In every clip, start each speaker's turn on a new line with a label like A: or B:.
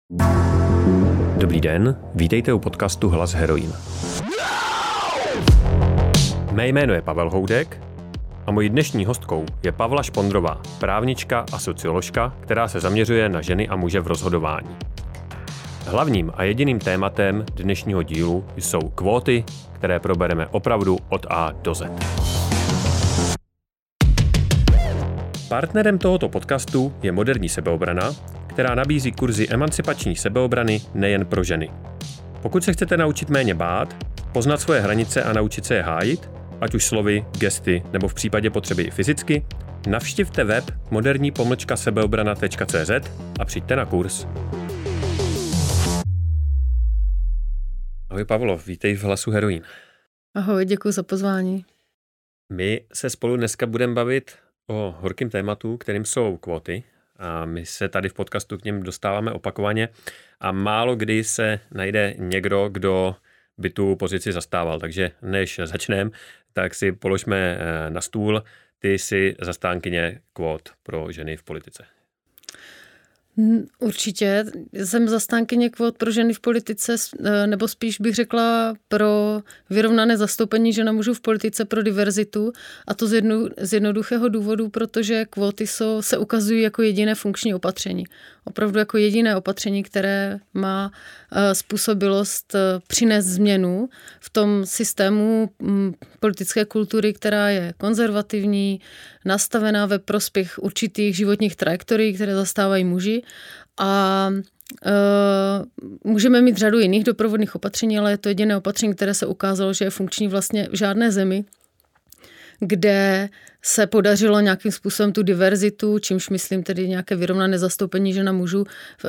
A: Dobrý den, vítejte u podcastu Hlas heroin. Mé jméno je Pavel Houdek a mojí dnešní hostkou je Pavla Špondrová, právnička a socioložka, která se zaměřuje na ženy a muže v rozhodování. Hlavním a jediným tématem dnešního dílu jsou kvóty, které probereme opravdu od A do Z. Partnerem tohoto podcastu je Moderní sebeobrana, která nabízí kurzy emancipační sebeobrany nejen pro ženy. Pokud se chcete naučit méně bát, poznat svoje hranice a naučit se je hájit, ať už slovy, gesty nebo v případě potřeby i fyzicky, navštivte web moderní-sebeobrana.cz a přijďte na kurz. Ahoj Pavlo, vítej v Hlasu heroin.
B: Ahoj, děkuji za pozvání.
A: My se spolu dneska budeme bavit o horkém tématu, kterým jsou kvóty. A my se tady v podcastu k něm dostáváme opakovaně a málo kdy se najde někdo, kdo by tu pozici zastával. Takže než začneme, tak si položme na stůl. Ty jsi zastánkyně kvót pro ženy v politice.
B: Určitě. Jsem zastánkyně kvót pro ženy v politice, nebo spíš bych řekla pro vyrovnané zastoupení žen a mužů v politice, pro diverzitu. A to z jednoduchého důvodu, protože kvóty se ukazují jako jediné funkční opatření. Opravdu jako jediné opatření, které má způsobilost přinést změnu v tom systému politické kultury, která je konzervativní, nastavená ve prospěch určitých životních trajektorií, které zastávají muži. A můžeme mít řadu jiných doprovodných opatření, ale je to jediné opatření, které se ukázalo, že je funkční vlastně v žádné zemi, kde se podařilo nějakým způsobem tu diverzitu, čímž myslím tedy nějaké vyrovnané zastoupení žen a mužů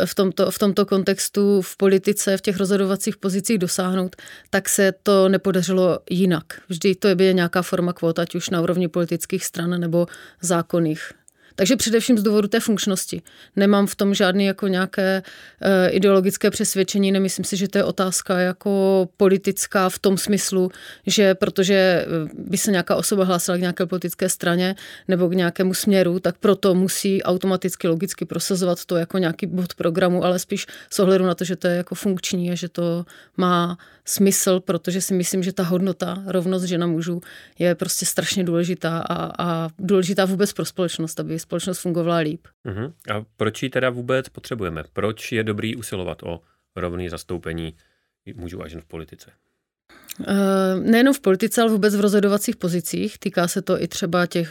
B: v tomto kontextu v politice, v těch rozhodovacích pozicích dosáhnout, tak se to nepodařilo jinak. Vždy to je nějaká forma kvót, ať už na úrovni politických stran nebo zákonných. Takže především z důvodu té funkčnosti. Nemám v tom žádný jako nějaké ideologické přesvědčení, nemyslím si, že to je otázka jako politická v tom smyslu, že protože by se nějaká osoba hlásila k nějaké politické straně nebo k nějakému směru, tak proto musí automaticky logicky prosazovat to jako nějaký bod programu, ale spíš s ohledem na to, že to je jako funkční a že to má smysl, protože si myslím, že ta hodnota, rovnost žen a mužů je prostě strašně důležitá a důležitá vůbec pro společnost, aby společnost fungovala líp.
A: A proč ji teda vůbec potřebujeme? Proč je dobrý usilovat o rovné zastoupení mužů a žen v politice?
B: Nejenom v politice, ale vůbec v rozhodovacích pozicích. Týká se to i třeba těch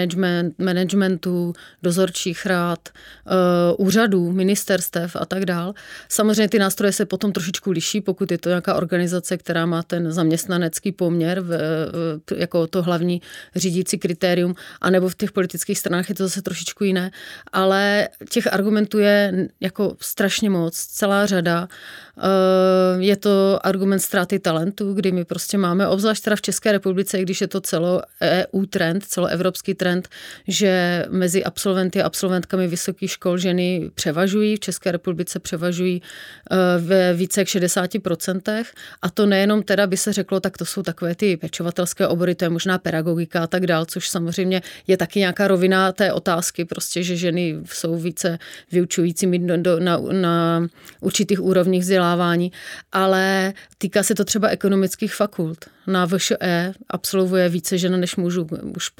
B: managementů, dozorčích rád, úřadů, ministerstev a tak dál. Samozřejmě ty nástroje se potom trošičku liší, pokud je to nějaká organizace, která má ten zaměstnanecký poměr jako to hlavní řídící kritérium, anebo v těch politických stranách je to zase trošičku jiné. Ale těch argumentů je jako strašně moc, celá řada. Je to argument ztráty talentu, kdy my prostě máme, obzvlášť teda v České republice, i když je to celoevropský trend, že mezi absolventy a absolventkami vysokých škol ženy převažují, v České republice převažují ve více jak 60%. A to nejenom teda by se řeklo, tak to jsou takové ty pečovatelské obory, to je možná pedagogika a tak dál, což samozřejmě je taky nějaká rovina té otázky, prostě, že ženy jsou více vyučujícími na určitých úrovních vzdělávání, ale týká se to třeba ekonomických fakult. Na VŠE absolvuje více žen než mužů už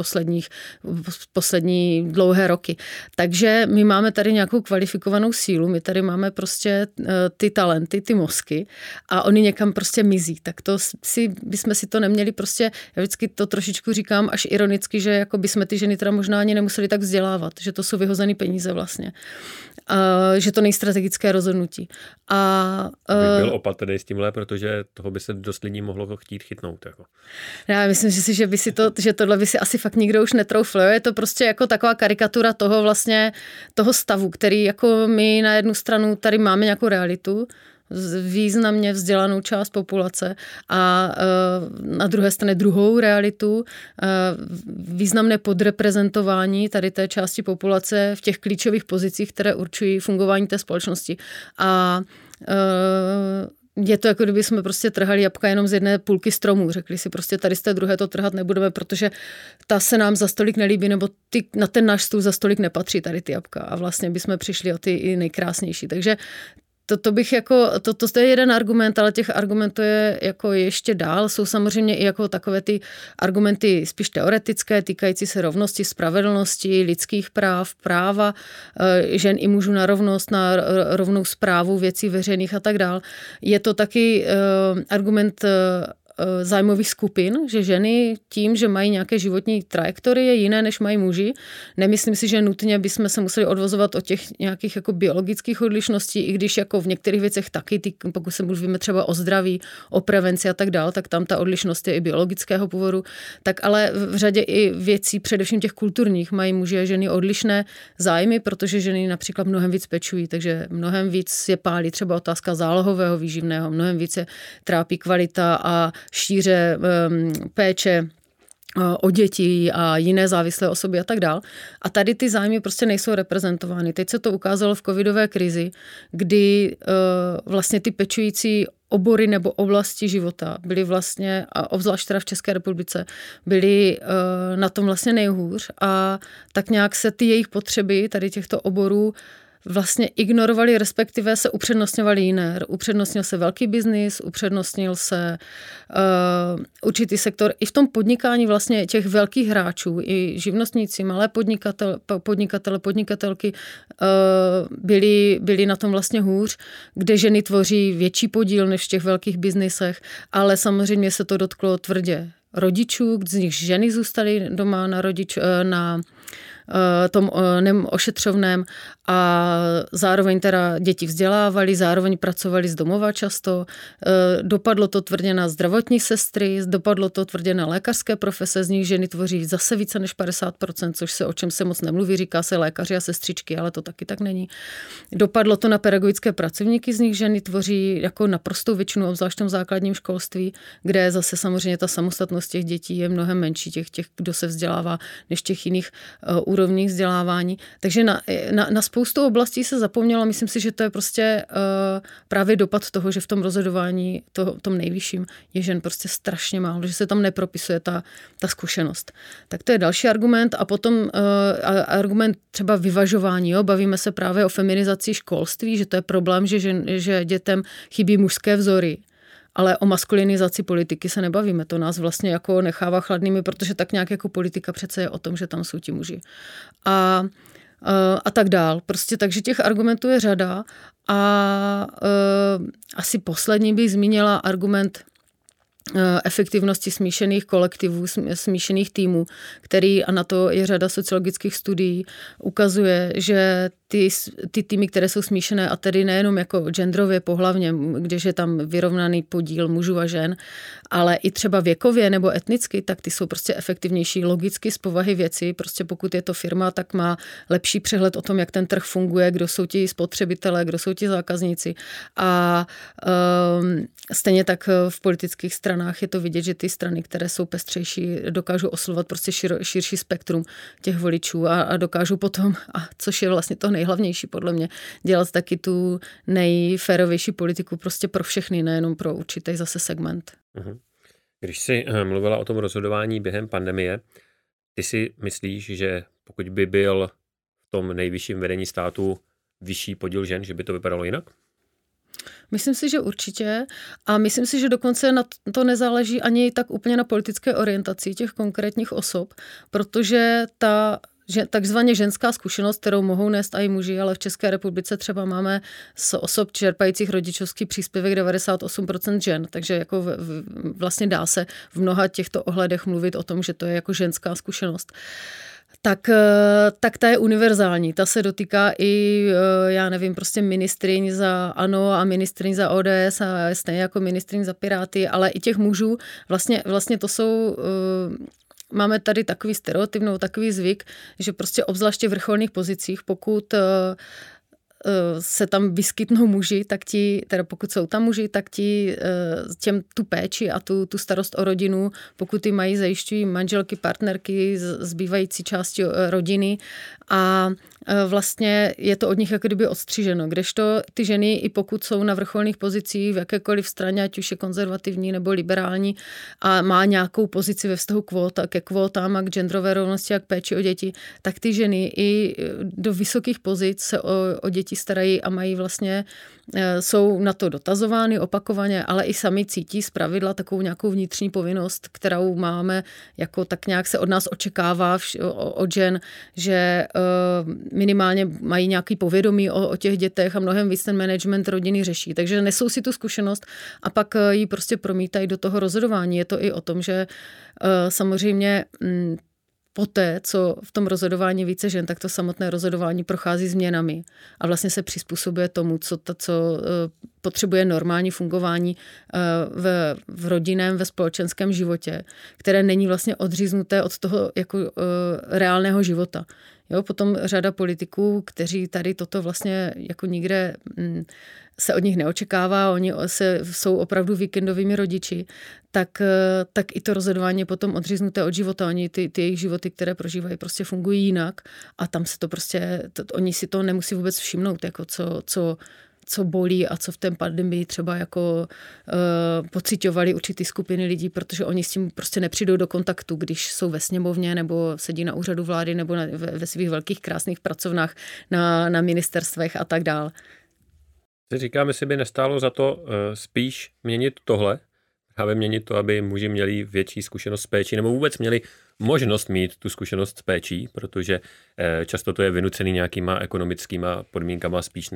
B: poslední dlouhé roky. Takže my máme tady nějakou kvalifikovanou sílu, my tady máme prostě ty talenty, ty mozky a oni někam prostě mizí. Tak to bychom si to neměli prostě, já vždycky to trošičku říkám až ironicky, že jako bychom ty ženy teda možná ani nemuseli tak vzdělávat, že to jsou vyhozený peníze vlastně. Že to není strategické rozhodnutí.
A: Bych byl opatrný s tímhle, protože toho by se dost lidí mohlo chtít chytnout. Jako.
B: Já myslím že tohle by si asi fakt nikdo už netroufl. Je to prostě jako taková karikatura toho stavu, který jako my na jednu stranu tady máme nějakou realitu, významně vzdělanou část populace a na druhé straně druhou realitu, významné podreprezentování tady té části populace v těch klíčových pozicích, které určují fungování té společnosti. A je to jako kdyby jsme prostě trhali jabka jenom z jedné půlky stromů. Řekli si prostě tady z té druhé to trhat nebudeme, protože ta se nám za stolik nelíbí, nebo na ten náš stůl za stolik nepatří tady ty jabka. A vlastně bychom přišli o ty i nejkrásnější. Takže To bych jako, to je jeden argument, ale těch argumentů je jako ještě dál. Jsou samozřejmě i jako takové ty argumenty spíš teoretické, týkající se rovnosti, spravedlnosti, lidských práv, práva žen i mužů na rovnost, na rovnou správu věcí veřejných a tak dál. Je to taky argument zájmových skupin, že ženy tím, že mají nějaké životní trajektorie jiné, než mají muži. Nemyslím si, že nutně bychom se museli odvozovat od těch nějakých jako biologických odlišností, i když jako v některých věcech taky, pokud se mluvíme třeba o zdraví, o prevenci a tak dál, tak tam ta odlišnost je i biologického původu. Tak ale v řadě i věcí, především těch kulturních, mají muži a ženy odlišné zájmy, protože ženy například mnohem víc pečují, takže mnohem víc je pálí třeba otázka zálohového výživného, mnohem více trápí kvalita a šíře péče o děti a jiné závislé osoby a tak dál. A tady ty zájmy prostě nejsou reprezentovány. Teď se to ukázalo v covidové krizi, kdy vlastně ty pečující obory nebo oblasti života byly vlastně, a obzvlášť teda v České republice, byly na tom vlastně nejhůř a tak nějak se ty jejich potřeby tady těchto oborů vlastně ignorovali, respektive se upřednostňovali jiné. Upřednostnil se velký biznis, upřednostnil se určitý sektor. I v tom podnikání vlastně těch velkých hráčů, i živnostníci, malé podnikatelky byli na tom vlastně hůř, kde ženy tvoří větší podíl než v těch velkých biznisech, ale samozřejmě se to dotklo tvrdě rodičů, z nich ženy zůstaly doma na tom ošetřovném a zároveň teda děti vzdělávali, zároveň pracovali z domova často. Dopadlo to tvrdě na zdravotní sestry, dopadlo to tvrdě na lékařské profese, z nich ženy tvoří zase více než 50%, což o čem se moc nemluví, říká se lékaři a sestřičky, ale to taky tak není. Dopadlo to na pedagogické pracovníky, z nich ženy tvoří jako naprostou většinu, obzvlášť v tom základním školství, kde zase samozřejmě ta samostatnost těch dětí je mnohem menší, těch kdo se vzdělává, než těch jiných úrovních vzdělávání. Takže na spoustu oblastí se zapomnělo. Myslím si, že to je prostě právě dopad toho, že v tom rozhodování, tom nejvyšším, je žen prostě strašně málo, že se tam nepropisuje ta zkušenost. Tak to je další argument. A potom argument třeba vyvažování. Jo? Bavíme se právě o feminizaci školství, že to je problém, že dětem chybí mužské vzory. Ale o maskulinizaci politiky se nebavíme. To nás vlastně jako nechává chladnými, protože tak nějak jako politika přece je o tom, že tam jsou ti muži. A tak dál. Prostě takže těch argumentů je řada a asi poslední bych zmínila argument efektivnosti smíšených kolektivů, smíšených týmů, který, a na to je řada sociologických studií, ukazuje, že ty týmy, které jsou smíšené, a tedy nejenom jako genderově, pohlavně, když je tam vyrovnaný podíl mužů a žen, ale i třeba věkově nebo etnicky, tak ty jsou prostě efektivnější logicky z povahy věci. Prostě pokud je to firma, tak má lepší přehled o tom, jak ten trh funguje, kdo jsou ti spotřebitelé, kdo jsou ti zákazníci. A stejně tak v politických stranách je to vidět, že ty strany, které jsou pestřejší, dokážou oslovovat prostě širší spektrum těch voličů a dokážou potom, a což je vlastně to nejhlavnější podle mě, dělat taky tu nejférovější politiku prostě pro všechny, nejenom pro určitý zase segment.
A: Když jsi mluvila o tom rozhodování během pandemie, ty si myslíš, že pokud by byl v tom nejvyšším vedení státu vyšší podíl žen, že by to vypadalo jinak?
B: Myslím si, že určitě a myslím si, že dokonce na to nezáleží ani tak úplně na politické orientaci těch konkrétních osob, protože ta takzvaně ženská zkušenost, kterou mohou nést i muži, ale v České republice třeba máme z osob čerpajících rodičovský příspěvek 98% žen, takže jako vlastně dá se v mnoha těchto ohledech mluvit o tom, že to je jako ženská zkušenost. Tak ta je univerzální. Ta se dotýká i, já nevím, prostě ministryň za ANO a ministryň za ODS a stejně jako ministryň za Piráty, ale i těch mužů. Vlastně to jsou... Máme tady takový stereotyp nebo takový zvyk, že prostě obzvláště v vrcholných pozicích, pokud se tam vyskytnou muži, tak pokud jsou tam muži, tak těm tu péči a tu starost o rodinu, pokud ty mají, zajišťují manželky, partnerky, zbývající části rodiny a vlastně je to od nich jako kdyby odstřiženo. Kdežto ty ženy, i pokud jsou na vrcholných pozicích v jakékoliv straně, ať už je konzervativní nebo liberální a má nějakou pozici ve vztahu ke kvótám a k genderové rovnosti a k péči o děti, tak ty ženy i do vysokých pozic se o děti starají a mají vlastně, jsou na to dotazovány opakovaně, ale i sami cítí zpravidla takovou nějakou vnitřní povinnost, kterou máme, jako tak nějak se od nás očekává od žen, že minimálně mají nějaký povědomí o těch dětech a mnohem víc ten management rodiny řeší. Takže nesou si tu zkušenost a pak ji prostě promítají do toho rozhodování. Je to i o tom, že samozřejmě poté, co v tom rozhodování více žen, tak to samotné rozhodování prochází změnami a vlastně se přizpůsobuje tomu, co potřebuje normální fungování v rodinném, ve společenském životě, které není vlastně odříznuté od toho jako reálného života. Jo, potom řada politiků, kteří tady toto vlastně jako nikde se od nich neočekává, oni jsou opravdu víkendovými rodiči, tak i to rozhodování je potom odříznuté od života. Oni ty jejich životy, které prožívají, prostě fungují jinak a tam se to prostě, oni si to nemusí vůbec všimnout, jako co bolí a co v té pandemii třeba jako pociťovali určitý skupiny lidí, protože oni s tím prostě nepřijdou do kontaktu, když jsou ve sněmovně nebo sedí na úřadu vlády nebo ve svých velkých krásných pracovnách na ministerstvech a tak dál.
A: Říkám, jestli by nestálo za to spíš měnit tohle, právě měnit to, aby muži měli větší zkušenost s péčí, nebo vůbec měli možnost mít tu zkušenost s péčí, protože často to je vynucený nějakýma ekonomickýma podmínkama spíš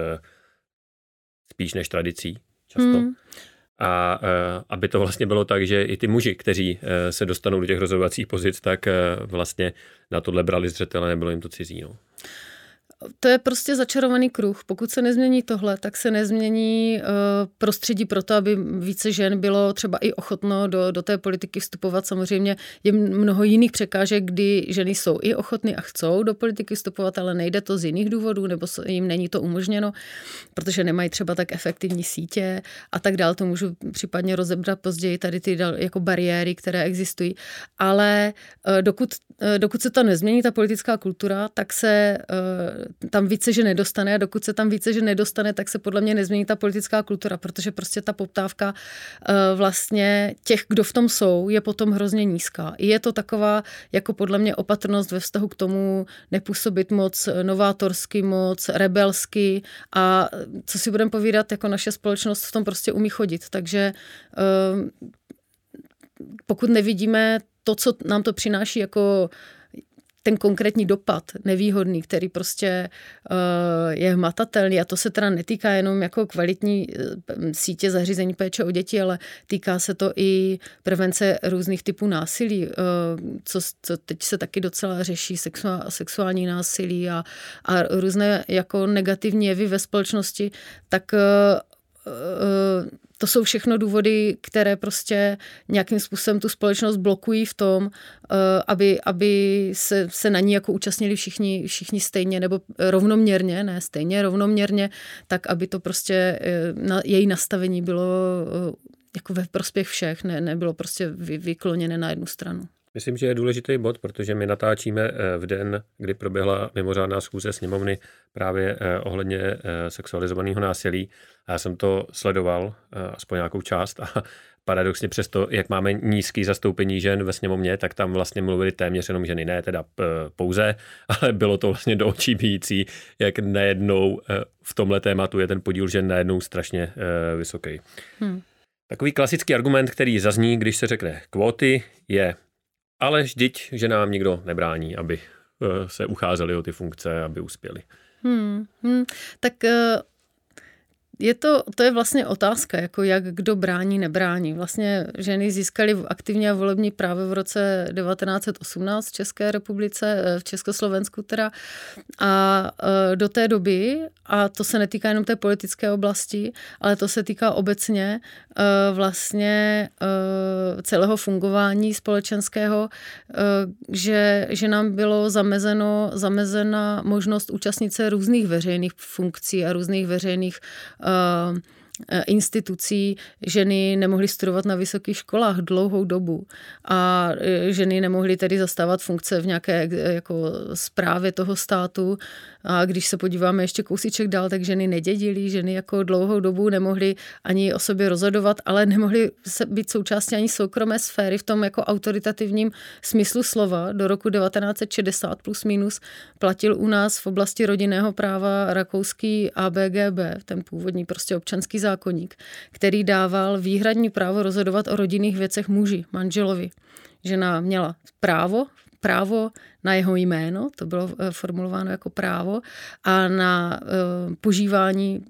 A: než tradicí. Často. A aby to vlastně bylo tak, že i ty muži, kteří se dostanou do těch rozhodovacích pozic, tak vlastně na tohle brali zřetele, nebylo jim to cizí. No.
B: To je prostě začarovaný kruh. Pokud se nezmění tohle, tak se nezmění prostředí pro to, aby více žen bylo třeba i ochotno do té politiky vstupovat. Samozřejmě je mnoho jiných překážek, kdy ženy jsou i ochotny a chcou do politiky vstupovat, ale nejde to z jiných důvodů, nebo jim není to umožněno, protože nemají třeba tak efektivní sítě a tak dál. To můžu případně rozebrat později, tady ty jako bariéry, které existují. Ale dokud se to nezmění, ta politická kultura, tak se tam více, že nedostane a dokud se tam více, že nedostane, tak se podle mě nezmění ta politická kultura, protože prostě ta poptávka vlastně těch, kdo v tom jsou, je potom hrozně nízká. Je to taková jako podle mě opatrnost ve vztahu k tomu nepůsobit moc novátorsky, moc rebelsky a co si budeme povídat, jako naše společnost v tom prostě umí chodit. Takže pokud nevidíme to, co nám to přináší jako ten konkrétní dopad nevýhodný, který prostě je hmatatelný a to se teda netýká jenom jako kvalitní sítě zařízení péče o děti, ale týká se to i prevence různých typů násilí, co teď se taky docela řeší, sexuální násilí a různé jako negativní jevy ve společnosti, tak to jsou všechno důvody, které prostě nějakým způsobem tu společnost blokují v tom, aby se na ní jako účastnili všichni stejně nebo rovnoměrně, ne stejně, rovnoměrně, tak aby to prostě její nastavení bylo jako ve prospěch všech, nebylo prostě vykloněné na jednu stranu.
A: Myslím, že je důležitý bod, protože my natáčíme v den, kdy proběhla mimořádná schůze sněmovny právě ohledně sexualizovaného násilí. A já jsem to sledoval, aspoň nějakou část, a paradoxně přesto, jak máme nízký zastoupení žen ve sněmovně, tak tam vlastně mluvili téměř jenom ženy, ne teda pouze, ale bylo to vlastně do očí bijící, jak najednou v tomhle tématu je ten podíl žen najednou strašně vysoký. Takový klasický argument, který zazní, když se řekne kvóty, je: ale vždyť, že nám nikdo nebrání, aby se ucházeli o ty funkce, aby uspěli.
B: Tak to je vlastně otázka, jako jak kdo brání, nebrání. Vlastně ženy získaly aktivně volební právo v roce 1918 v České republice, v Československu teda. A do té doby, a to se netýká jenom té politické oblasti, ale to se týká obecně vlastně celého fungování společenského, že nám bylo zamezena možnost účastnit se různých veřejných funkcí a různých veřejných institucí ženy nemohly studovat na vysokých školách dlouhou dobu a ženy nemohly tedy zastávat funkce v nějaké jako správě toho státu. A když se podíváme ještě kousíček dál, tak ženy nedědily, ženy jako dlouhou dobu nemohly ani o sobě rozhodovat, ale nemohly být součástí ani soukromé sféry v tom jako autoritativním smyslu slova. Do roku 1960 plus minus platil u nás v oblasti rodinného práva rakouský ABGB, ten původní prostě občanský zákoník, který dával výhradní právo rozhodovat o rodinných věcech muži, manželovi. Žena měla právo na jeho jméno, to bylo formulováno jako právo, a na požívání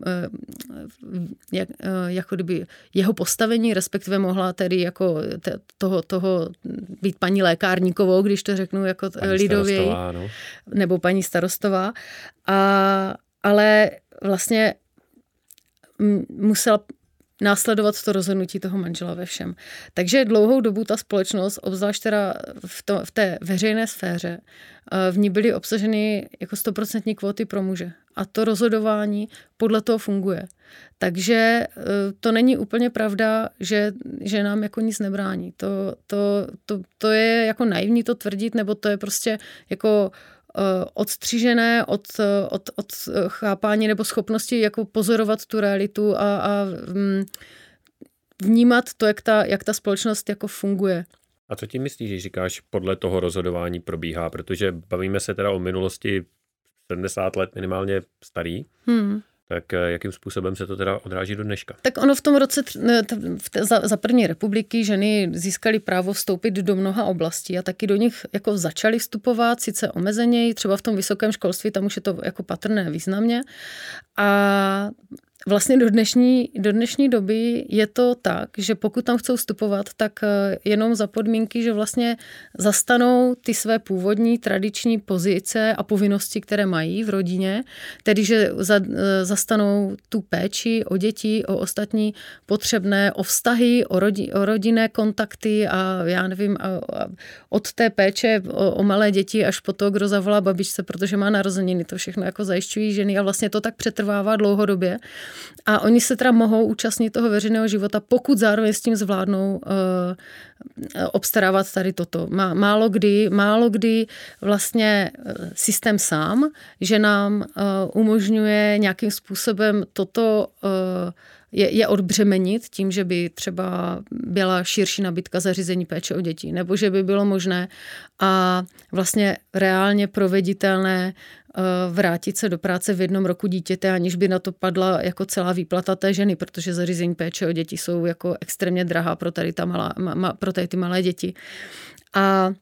B: jako kdyby jeho postavení, respektive mohla tedy jako toho být paní lékárníkovou, když to řeknu jako lidověji, no. Nebo paní starostová. Ale vlastně musela následovat to rozhodnutí toho manžela ve všem. Takže dlouhou dobu ta společnost, obzvlášť teda v té veřejné sféře, v ní byly obsaženy jako 100% kvóty pro muže. A to rozhodování podle toho funguje. Takže to není úplně pravda, že nám jako nic nebrání. To je jako naivní to tvrdit, nebo to je prostě jako odstřižené od chápání nebo schopnosti jako pozorovat tu realitu a vnímat to, jak ta společnost jako funguje.
A: A co tím myslíš, že říkáš, podle toho rozhodování probíhá? Protože bavíme se teda o minulosti 70 let minimálně starý. Tak jakým způsobem se to teda odráží do dneška?
B: Tak ono v tom roce za první republiky ženy získaly právo vstoupit do mnoha oblastí a taky do nich jako začaly vstupovat, sice omezeněji, třeba v tom vysokém školství, tam už je to jako patrné významně. A vlastně do dnešní doby je to tak, že pokud tam chcou vstupovat, tak jenom za podmínky, že vlastně zastanou ty své původní tradiční pozice a povinnosti, které mají v rodině, tedy že zastanou tu péči o děti, o ostatní potřebné, o vztahy, o rodinné kontakty a já nevím, od té péče o malé děti až po to, kdo zavolá babičce, protože má narozeniny, to všechno jako zajišťují ženy a vlastně to tak přetrvává dlouhodobě. A oni se teda mohou účastnit toho veřejného života, pokud zároveň s tím zvládnou obstarávat tady toto. Málo kdy vlastně systém sám, že nám umožňuje nějakým způsobem toto je odbřemenit tím, že by třeba byla širší nabídka zařízení péče o děti, nebo že by bylo možné a vlastně reálně proveditelné vrátit se do práce v 1 roku dítěte, aniž by na to padla jako celá výplata té ženy, protože zařízení péče o děti jsou jako extrémně drahá pro tady ty malé děti. A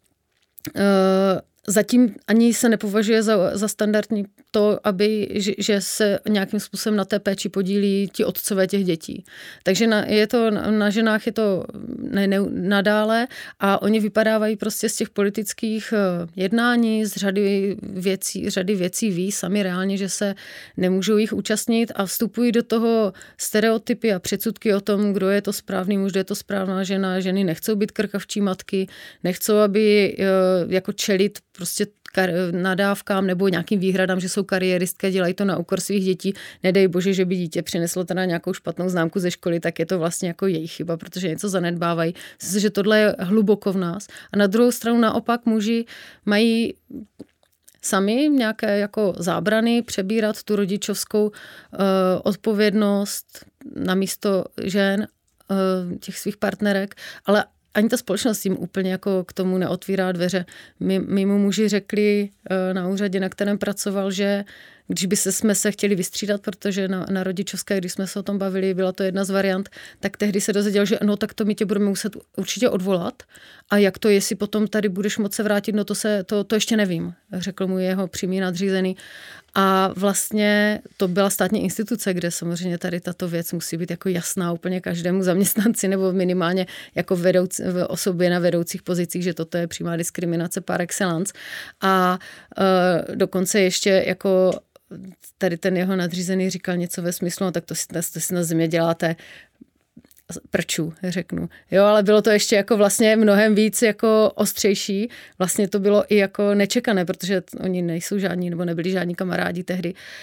B: zatím ani se nepovažuje za standardní to, že se nějakým způsobem na té péči podílí ti otcové těch dětí. Takže na ženách je to nadále a oni vypadávají prostě z těch politických jednání, z řady věcí ví sami reálně, že se nemůžou jich účastnit a vstupují do toho stereotypy a předsudky o tom, kdo je to správný muž, kdo je to správná žena. Ženy nechcou být krkavčí matky, nechcou, aby jako čelit prostě nadávkám nebo nějakým výhradám, že jsou kariéristky, dělají to na úkor svých dětí. Nedej bože, že by dítě přineslo teda nějakou špatnou známku ze školy, tak je to vlastně jako jejich chyba, protože něco zanedbávají. Myslím, že tohle je hluboko v nás. A na druhou stranu naopak muži mají sami nějaké jako zábrany přebírat tu rodičovskou odpovědnost na místo žen, těch svých partnerek, ale ani ta společnost jim úplně jako k tomu neotvírá dveře. My mu muži řekli na úřadě, na kterém pracoval, že když by jsme se chtěli vystřídat, protože na rodičovské, když jsme se o tom bavili, byla to jedna z variant, tak tehdy se dozvěděl, že no tak to my tě budeme muset určitě odvolat a jak to, jestli potom tady budeš moct se vrátit, no to ještě nevím, řekl mu jeho přímý nadřízený. A vlastně to byla státní instituce, kde samozřejmě tady tato věc musí být jako jasná úplně každému zaměstnanci nebo minimálně jako osobě na vedoucích pozicích, že toto je přímá diskriminace par excellence. A dokonce ještě jako tady ten jeho nadřízený říkal něco ve smyslu, no tak to si na země děláte prčů, řeknu. Jo, ale bylo to ještě jako vlastně mnohem víc jako ostřejší. Vlastně to bylo i jako nečekané, protože oni nejsou žádní, nebo nebyli žádní kamarádi tehdy.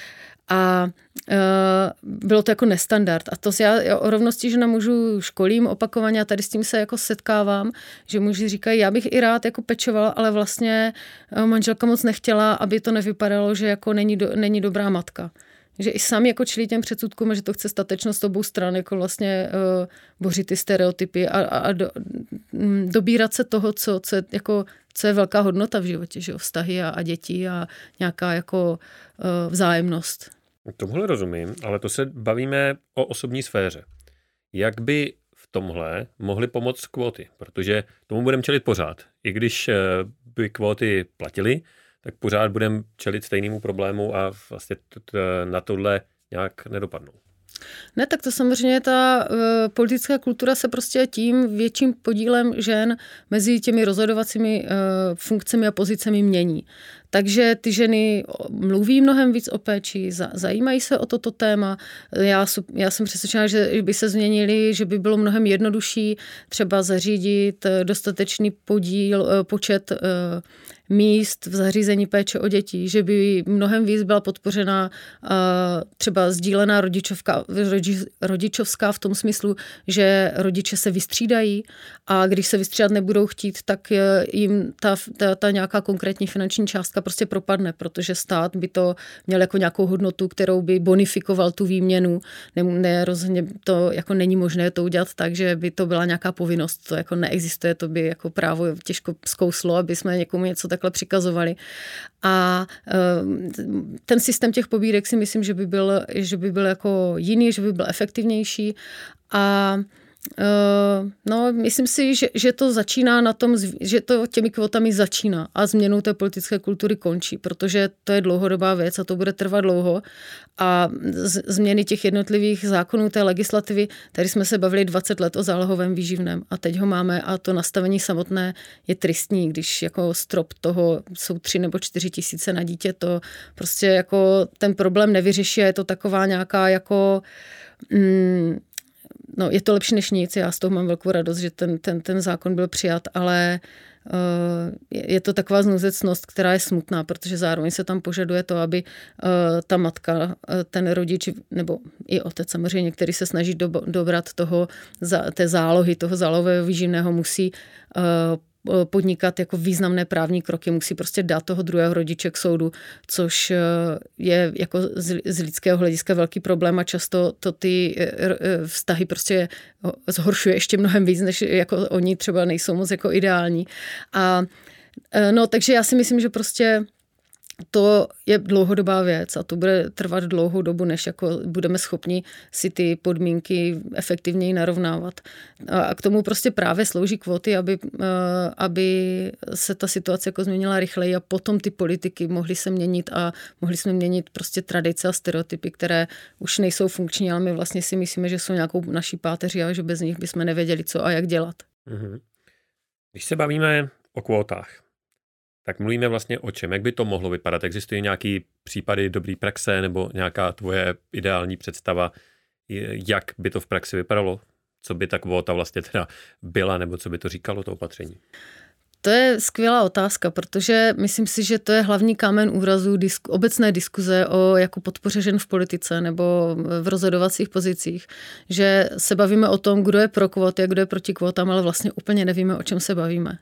B: A bylo to jako nestandard. A to já o rovnosti žen a mužů školím opakovaně a tady s tím se jako setkávám, že muži říkají, já bych i rád jako pečovala, ale vlastně manželka moc nechtěla, aby to nevypadalo, že jako není dobrá matka. Že i sami jako čelí těm předsudkům, že to chce statečnost obou stran, jako vlastně bořit ty stereotypy a dobírat se toho, co je velká hodnota v životě, že jo? Vztahy a děti a nějaká jako vzájemnost.
A: Tomuhle rozumím, ale to se bavíme o osobní sféře. Jak by v tomhle mohly pomoct kvóty? Protože tomu budeme čelit pořád. I když by kvóty platily, tak pořád budeme čelit stejnému problému a vlastně na tohle nějak nedopadnou.
B: Ne, tak to samozřejmě ta politická kultura se prostě tím větším podílem žen mezi těmi rozhodovacími funkcemi a pozicemi mění. Takže ty ženy mluví mnohem víc o péči, zajímají se o toto téma. Já jsem přesvědčená, že by se změnili, že by bylo mnohem jednodušší třeba zařídit dostatečný počet míst v zařízení péče o děti, že by mnohem víc byla podpořena třeba sdílená rodičovská v tom smyslu, že rodiče se vystřídají a když se vystřídat nebudou chtít, tak jim ta nějaká konkrétní finanční částka prostě propadne, protože stát by to měl jako nějakou hodnotu, kterou by bonifikoval tu výměnu. Rozhodně to jako není možné to udělat tak, že by to byla nějaká povinnost. To jako neexistuje, to by jako právo těžko zkouslo, aby jsme někomu něco takhle přikazovali. A ten systém těch pobídek si myslím, že by byl jako jiný, že by byl efektivnější a myslím si, že to začíná na tom, že to těmi kvotami začíná a změnou té politické kultury končí, protože to je dlouhodobá věc a to bude trvat dlouho a změny těch jednotlivých zákonů té legislativy, tady jsme se bavili 20 let o zálohovém výživném a teď ho máme a to nastavení samotné je tristní, když jako strop toho jsou 3 nebo 4 tisíce na dítě, to prostě jako ten problém nevyřeší a je to taková nějaká jako je to lepší než nic, já z toho mám velkou radost, že ten zákon byl přijat, ale je to taková znouzecnost, která je smutná, protože zároveň se tam požaduje to, aby ta matka, ten rodič, nebo i otec samozřejmě, který se snaží dobrat té zálohy, toho zálohového výživného, musí podnikat jako významné právní kroky, musí prostě dát toho druhého rodiče k soudu, což je jako z lidského hlediska velký problém a často to ty vztahy prostě zhoršuje ještě mnohem víc, než jako oni třeba nejsou moc jako ideální. Takže já si myslím, že prostě to je dlouhodobá věc a to bude trvat dlouhou dobu, než jako budeme schopni si ty podmínky efektivněji narovnávat. A k tomu prostě právě slouží kvóty, aby se ta situace jako změnila rychleji a potom ty politiky mohly se měnit a mohli jsme měnit prostě tradice a stereotypy, které už nejsou funkční, ale my vlastně si myslíme, že jsou nějakou naší páteří a že bez nich bychom nevěděli, co a jak dělat.
A: Když se bavíme o kvótách, tak mluvíme vlastně o čem? Jak by to mohlo vypadat? Existují nějaký případy dobré praxe nebo nějaká tvoje ideální představa, jak by to v praxi vypadalo? Co by ta kvóta vlastně teda byla nebo co by to říkalo, to opatření?
B: To je skvělá otázka, protože myslím si, že to je hlavní kámen úrazu obecné diskuze o jako podpoře žen v politice nebo v rozhodovacích pozicích, že se bavíme o tom, kdo je pro kvóty a kdo je proti kvótám, ale vlastně úplně nevíme, o čem se bavíme.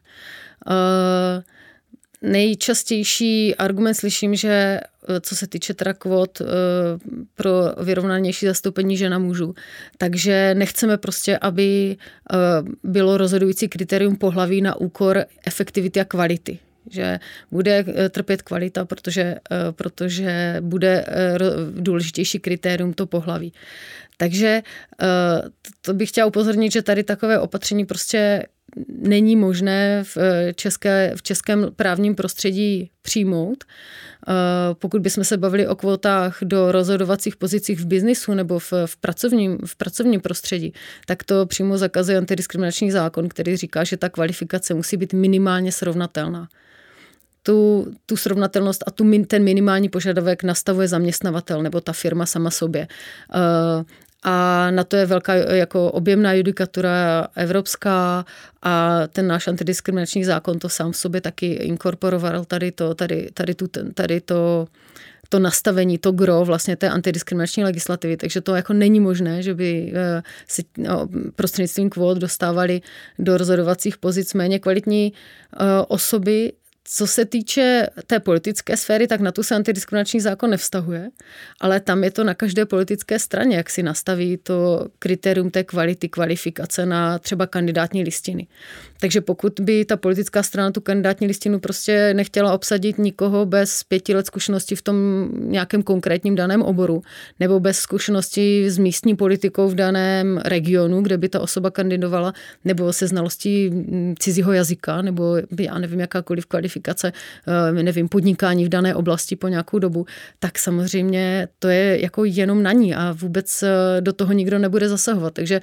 B: Nejčastější argument slyším, že co se týče teda kvót pro vyrovnanější zastoupení žen a mužů, takže nechceme prostě, aby bylo rozhodující kritérium pohlaví na úkor efektivity a kvality. Že bude trpět kvalita, protože bude důležitější kritérium to pohlaví. Takže to bych chtěla upozornit, že tady takové opatření prostě není možné v českém právním prostředí přijmout. Pokud bychom se bavili o kvótách do rozhodovacích pozicích v biznisu nebo v pracovním prostředí, tak to přímo zakazuje antidiskriminační zákon, který říká, že ta kvalifikace musí být minimálně srovnatelná. Tu srovnatelnost a ten minimální požadavek nastavuje zaměstnavatel nebo ta firma sama sobě. A na to je velká jako objemná judikatura evropská a ten náš antidiskriminační zákon to sám v sobě taky inkorporoval tady to to nastavení, to gro vlastně té antidiskriminační legislativy. Takže to jako není možné, že by si prostřednictvím kvót dostávali do rozhodovacích pozic méně kvalitní osoby. Co se týče té politické sféry, tak na tu se antidiskriminační zákon nevztahuje, ale tam je to na každé politické straně, jak si nastaví to kritérium té kvality, kvalifikace na třeba kandidátní listiny. Takže pokud by ta politická strana tu kandidátní listinu prostě nechtěla obsadit nikoho bez 5 let zkušenosti v tom nějakém konkrétním daném oboru, nebo bez zkušenosti s místní politikou v daném regionu, kde by ta osoba kandidovala, nebo se znalostí cizího jazyka, nebo já nevím, jakákoliv kvalifikace, nevím, podnikání v dané oblasti po nějakou dobu, tak samozřejmě to je jako jenom na ní a vůbec do toho nikdo nebude zasahovat. Takže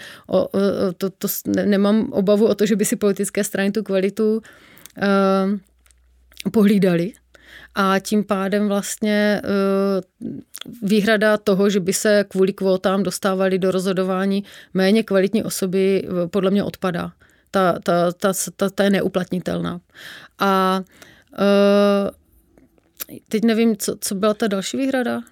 B: nemám obavu o to, že by si politické strany tu kvalitu pohlídali. A tím pádem vlastně výhrada toho, že by se kvůli kvótám dostávali do rozhodování méně kvalitní osoby, podle mě odpadá. Ta je neuplatnitelná. A teď nevím, co byla ta další výhrada?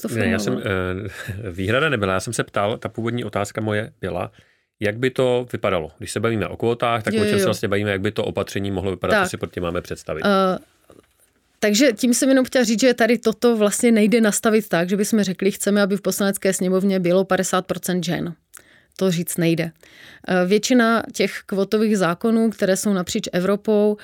A: Výhrada nebyla, já jsem se ptal, ta původní otázka moje byla, jak by to vypadalo? Když se bavíme o kvótách, tak o čem se vlastně bavíme, jak by to opatření mohlo vypadat, co si pod tím máme představit?
B: Takže tím jsem jenom chtěla říct, že tady toto vlastně nejde nastavit tak, že bychom řekli, chceme, aby v Poslanecké sněmovně bylo 50% žen. To říct nejde. Většina těch kvotových zákonů, které jsou napříč Evropou,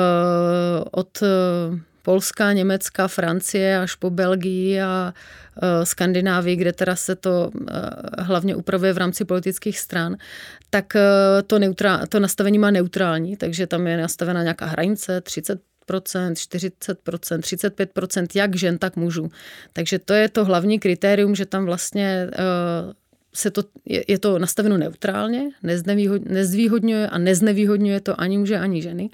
B: od Polska, Německa, Francie až po Belgii a Skandinávii, kde teda se to hlavně upravuje v rámci politických stran, tak to nastavení má neutrální, takže tam je nastavena nějaká hranice 30%, 40%, 35%, jak žen, tak mužů. Takže to je to hlavní kritérium, že tam vlastně je to nastaveno neutrálně, nezdvýhodňuje a neznevýhodňuje to ani muže, ani ženy.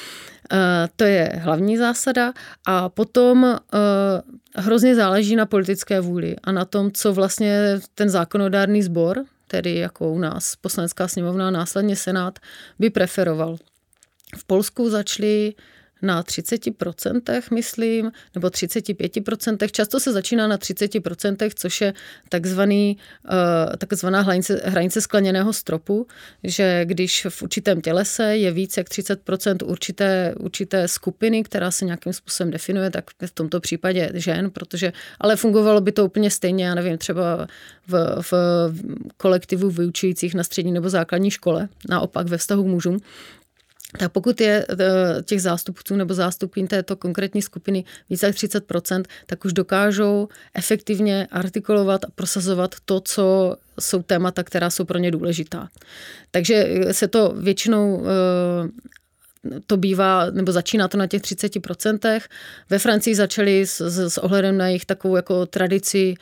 B: To je hlavní zásada a potom hrozně záleží na politické vůli a na tom, co vlastně ten zákonodárný sbor, tedy jako u nás Poslanecká sněmovna a následně Senát, by preferoval. V Polsku začali na 30%, myslím, nebo 35%. Často se začíná na 30%, což je takzvaná hranice skleněného stropu, že když v určitém tělese je víc jak 30% určité skupiny, která se nějakým způsobem definuje, tak v tomto případě žen, ale fungovalo by to úplně stejně, já nevím, třeba v kolektivu vyučujících na střední nebo základní škole, naopak ve vztahu k mužům. Tak pokud je těch zástupců nebo zástupkyň této konkrétní skupiny více jak 30%, tak už dokážou efektivně artikulovat a prosazovat to, co jsou témata, která jsou pro ně důležitá. Takže se to většinou to bývá, nebo začíná to na těch 30%. Ve Francii začali s ohledem na jejich takovou jako tradici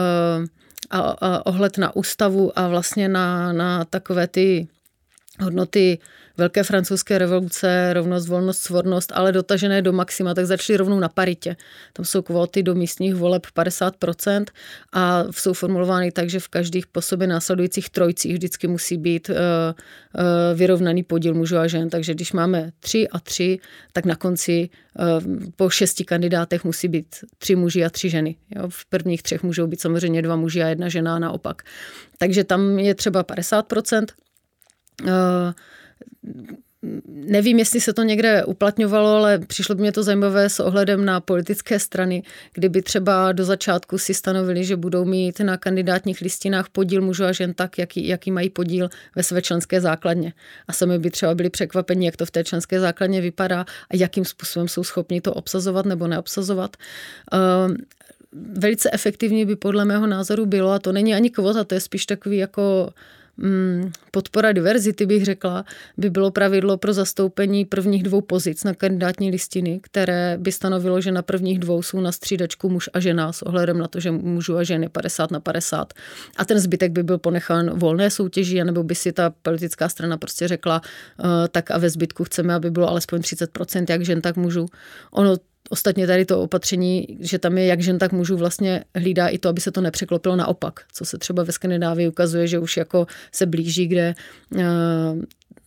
B: a ohled na ústavu a vlastně na takové ty hodnoty Velké francouzské revoluce, rovnost, volnost, svornost, ale dotažené do maxima, tak začali rovnou na paritě. Tam jsou kvóty do místních voleb 50% a jsou formulovány tak, že v každých po sobě následujících trojcích vždycky musí být vyrovnaný podíl mužů a žen. Takže když máme 3 a 3, tak na konci po 6 kandidátech musí být 3 muži a 3 ženy. Jo? V prvních 3 můžou být samozřejmě 2 muži a 1 žena a naopak. Takže tam je třeba 50%. Nevím, jestli se to někde uplatňovalo, ale přišlo by mě to zajímavé s ohledem na politické strany, kdyby třeba do začátku si stanovili, že budou mít na kandidátních listinách podíl mužů a žen tak, jaký mají podíl ve své členské základně. A sami by třeba byli překvapeni, jak to v té členské základně vypadá a jakým způsobem jsou schopni to obsazovat nebo neobsazovat. Velice efektivní by podle mého názoru bylo, a to není ani kvota, to je spíš takový jako podpora diverzity, bych řekla, by bylo pravidlo pro zastoupení prvních 2 pozic na kandidátní listiny, které by stanovilo, že na prvních 2 jsou na střídačku muž a žena s ohledem na to, že mužů a ženy 50/50. A ten zbytek by byl ponechán volné soutěži, anebo by si ta politická strana prostě řekla, tak a ve zbytku chceme, aby bylo alespoň 30% jak žen, tak mužů. Ostatně tady to opatření, že tam je jak žen, tak mužů, vlastně hlídá i to, aby se to nepřeklopilo naopak. Co se třeba ve Skandinávii ukazuje, že už jako se blíží, kde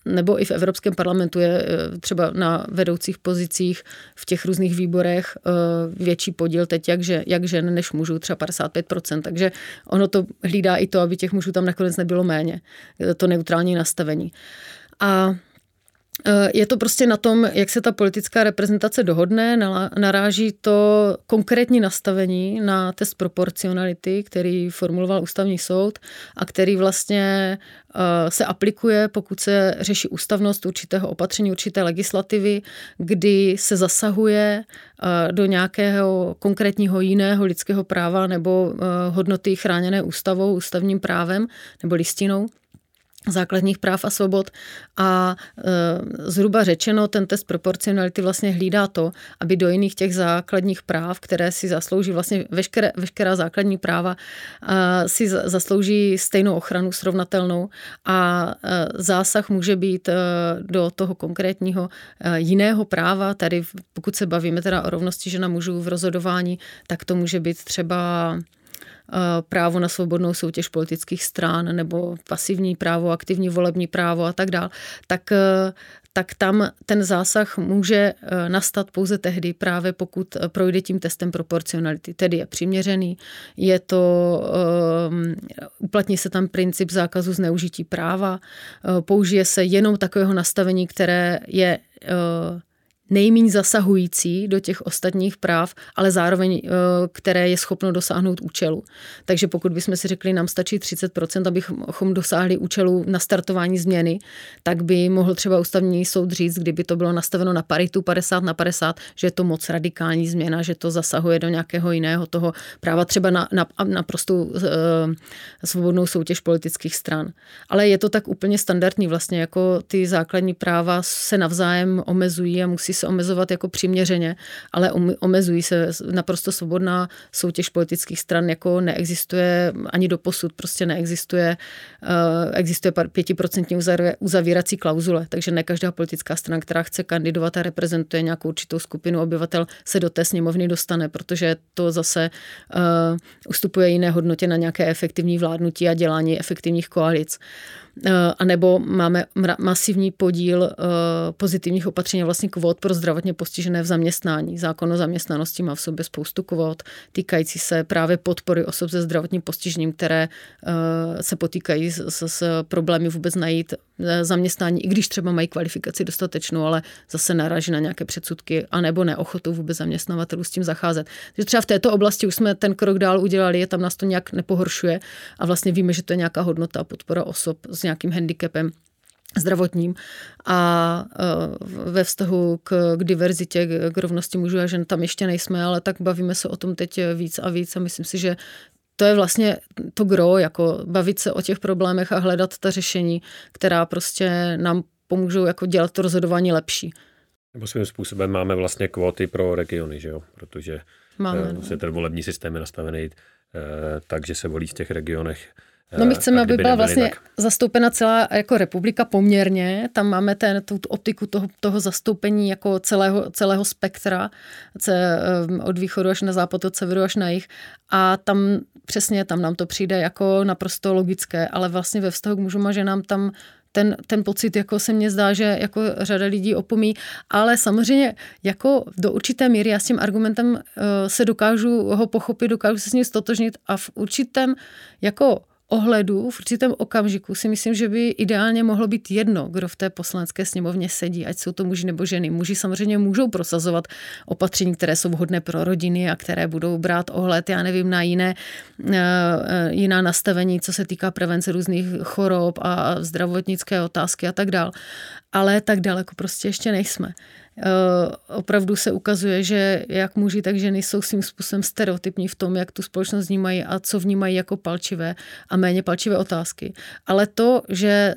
B: nebo i v Evropském parlamentu je třeba na vedoucích pozicích v těch různých výborech větší podíl teď jak žen než mužů, třeba 55%, takže ono to hlídá i to, aby těch mužů tam nakonec nebylo méně, to neutrální nastavení. A je to prostě na tom, jak se ta politická reprezentace dohodne, naráží to konkrétní nastavení na test proporcionality, který formuloval ústavní soud a který vlastně se aplikuje, pokud se řeší ústavnost určitého opatření, určité legislativy, kdy se zasahuje do nějakého konkrétního jiného lidského práva nebo hodnoty chráněné ústavou, ústavním právem nebo listinou základních práv a svobod a zhruba řečeno ten test proporcionality vlastně hlídá to, aby do jiných těch základních práv, které si zaslouží vlastně veškerá základní práva, si zaslouží stejnou ochranu srovnatelnou a zásah může být do toho konkrétního jiného práva, tady pokud se bavíme teda o rovnosti žen a mužů v rozhodování, tak to může být třeba právo na svobodnou soutěž politických stran nebo pasivní právo, aktivní volební právo a tak dál, tak tam ten zásah může nastat pouze tehdy právě pokud projde tím testem proporcionality. Tedy je přiměřený, je to, uplatní se tam princip zákazu zneužití práva, použije se jenom takového nastavení, které je nejméně zasahující do těch ostatních práv, ale zároveň, které je schopno dosáhnout účelu. Takže pokud bychom si řekli, nám stačí 30%, abychom dosáhli účelu na startování změny, tak by mohl třeba ústavní soud říct, kdyby to bylo nastaveno na paritu 50/50, že je to moc radikální změna, že to zasahuje do nějakého jiného toho práva, třeba na prostou svobodnou soutěž politických stran. Ale je to tak úplně standardní vlastně, jako ty základní práva se navzájem omezují a musí se omezovat jako přiměřeně, ale omezují se. Naprosto svobodná soutěž politických stran jako neexistuje ani doposud, prostě neexistuje. Existuje 5% uzavírací klauzule, takže ne každá politická strana, která chce kandidovat a reprezentuje nějakou určitou skupinu obyvatel, se do té sněmovny dostane, protože to zase ustupuje jiné hodnotě na nějaké efektivní vládnutí a dělání efektivních koalic. A nebo máme masivní podíl pozitivních opatření, vlastně kvót pro zdravotně postižené v zaměstnání. Zákon o zaměstnanosti má v sobě spoustu kvót týkající se právě podpory osob se zdravotním postižením, které se potýkají s problémy vůbec najít zaměstnání, i když třeba mají kvalifikaci dostatečnou, ale zase naráží na nějaké předsudky anebo neochotu vůbec zaměstnavatelů s tím zacházet. Takže třeba v této oblasti už jsme ten krok dál udělali, tam nás to nějak nepohoršuje a vlastně víme, že to je nějaká hodnota a podpora osob s nějakým handicapem zdravotním a ve vztahu k diverzitě, k rovnosti mužů a žen tam ještě nejsme, ale tak bavíme se o tom teď víc a víc a myslím si, že to je vlastně to gro, jako bavit se o těch problémech a hledat ta řešení, která prostě nám pomůžou jako dělat to rozhodování lepší.
A: Nebo svým způsobem máme vlastně kvóty pro regiony, že jo? Protože se ten volební systém je nastavený tak, že se volí v těch regionech.
B: No my chceme, aby byla vlastně zastoupena celá jako republika poměrně. Tam máme tu optiku toho zastoupení jako celého spektra od východu až na západ, od severu až na jih. A tam přesně nám to přijde jako naprosto logické, ale vlastně ve vztahu k mužům a ženám tam ten pocit, jako se mně zdá, že jako řada lidí opomí, ale samozřejmě jako do určité míry já s tím argumentem se dokážu ho pochopit, dokážu se s ním stotožnit a v určitém jako ohledu, v určitém okamžiku si myslím, že by ideálně mohlo být jedno, kdo v té poslanecké sněmovně sedí, ať jsou to muži nebo ženy. Muži samozřejmě můžou prosazovat opatření, které jsou vhodné pro rodiny a které budou brát ohled, já nevím, na jiná nastavení, co se týká prevence různých chorob a zdravotnické otázky a tak dál. Ale tak daleko prostě ještě nejsme. Opravdu se ukazuje, že jak muži, tak ženy jsou svým způsobem stereotypní v tom, jak tu společnost vnímají a co vnímají jako palčivé a méně palčivé otázky. Ale to, že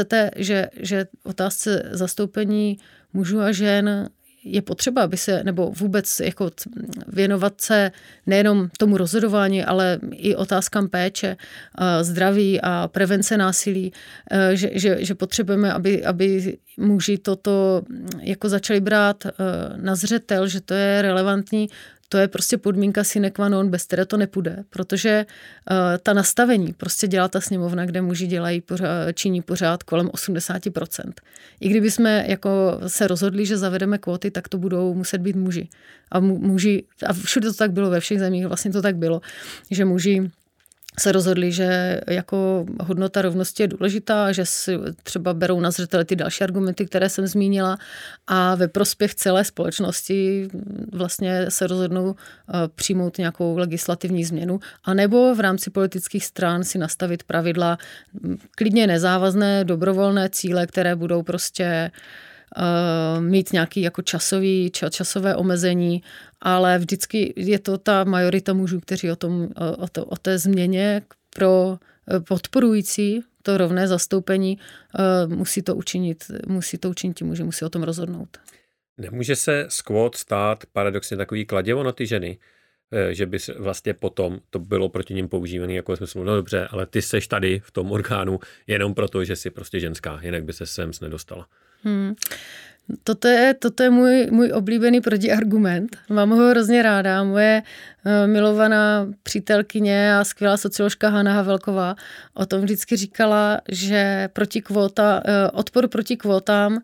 B: otázce zastoupení mužů a žen je potřeba, aby se, nebo vůbec jako věnovat se nejenom tomu rozhodování, ale i otázkám péče, zdraví a prevence násilí, že potřebujeme, aby muži toto jako začali brát na zřetel, že to je relevantní. to je prostě podmínka sine qua non, bez které to nepůjde, protože ta nastavení prostě dělá ta sněmovna, kde muži činí pořád kolem 80%. I kdyby jsme jako se rozhodli, že zavedeme kvóty, tak to budou muset být muži. A všude to tak bylo, ve všech zemích vlastně to tak bylo, že muži se rozhodli, že jako hodnota rovnosti je důležitá, že si třeba berou na zřetel ty další argumenty, které jsem zmínila a ve prospěch celé společnosti vlastně se rozhodnou přijmout nějakou legislativní změnu, anebo v rámci politických stran si nastavit pravidla klidně nezávazné, dobrovolné cíle, které budou prostě mít nějaký jako časové omezení, ale vždycky je to ta majorita mužů, kteří o té změně pro podporující to rovné zastoupení musí to učinit ti muži, musí o tom rozhodnout.
A: Nemůže se z kvót stát paradoxně takový kladivo na ty ženy, že by vlastně potom to bylo proti nim používané jako smyslu, no dobře, ale ty seš tady v tom orgánu jenom proto, že jsi prostě ženská, jinak by se sem nedostala.
B: Toto je můj oblíbený protiargument. Mám ho hrozně ráda. Moje milovaná přítelkyně a skvělá socioložka Hana Havelková o tom vždycky říkala, že odpor proti kvótám,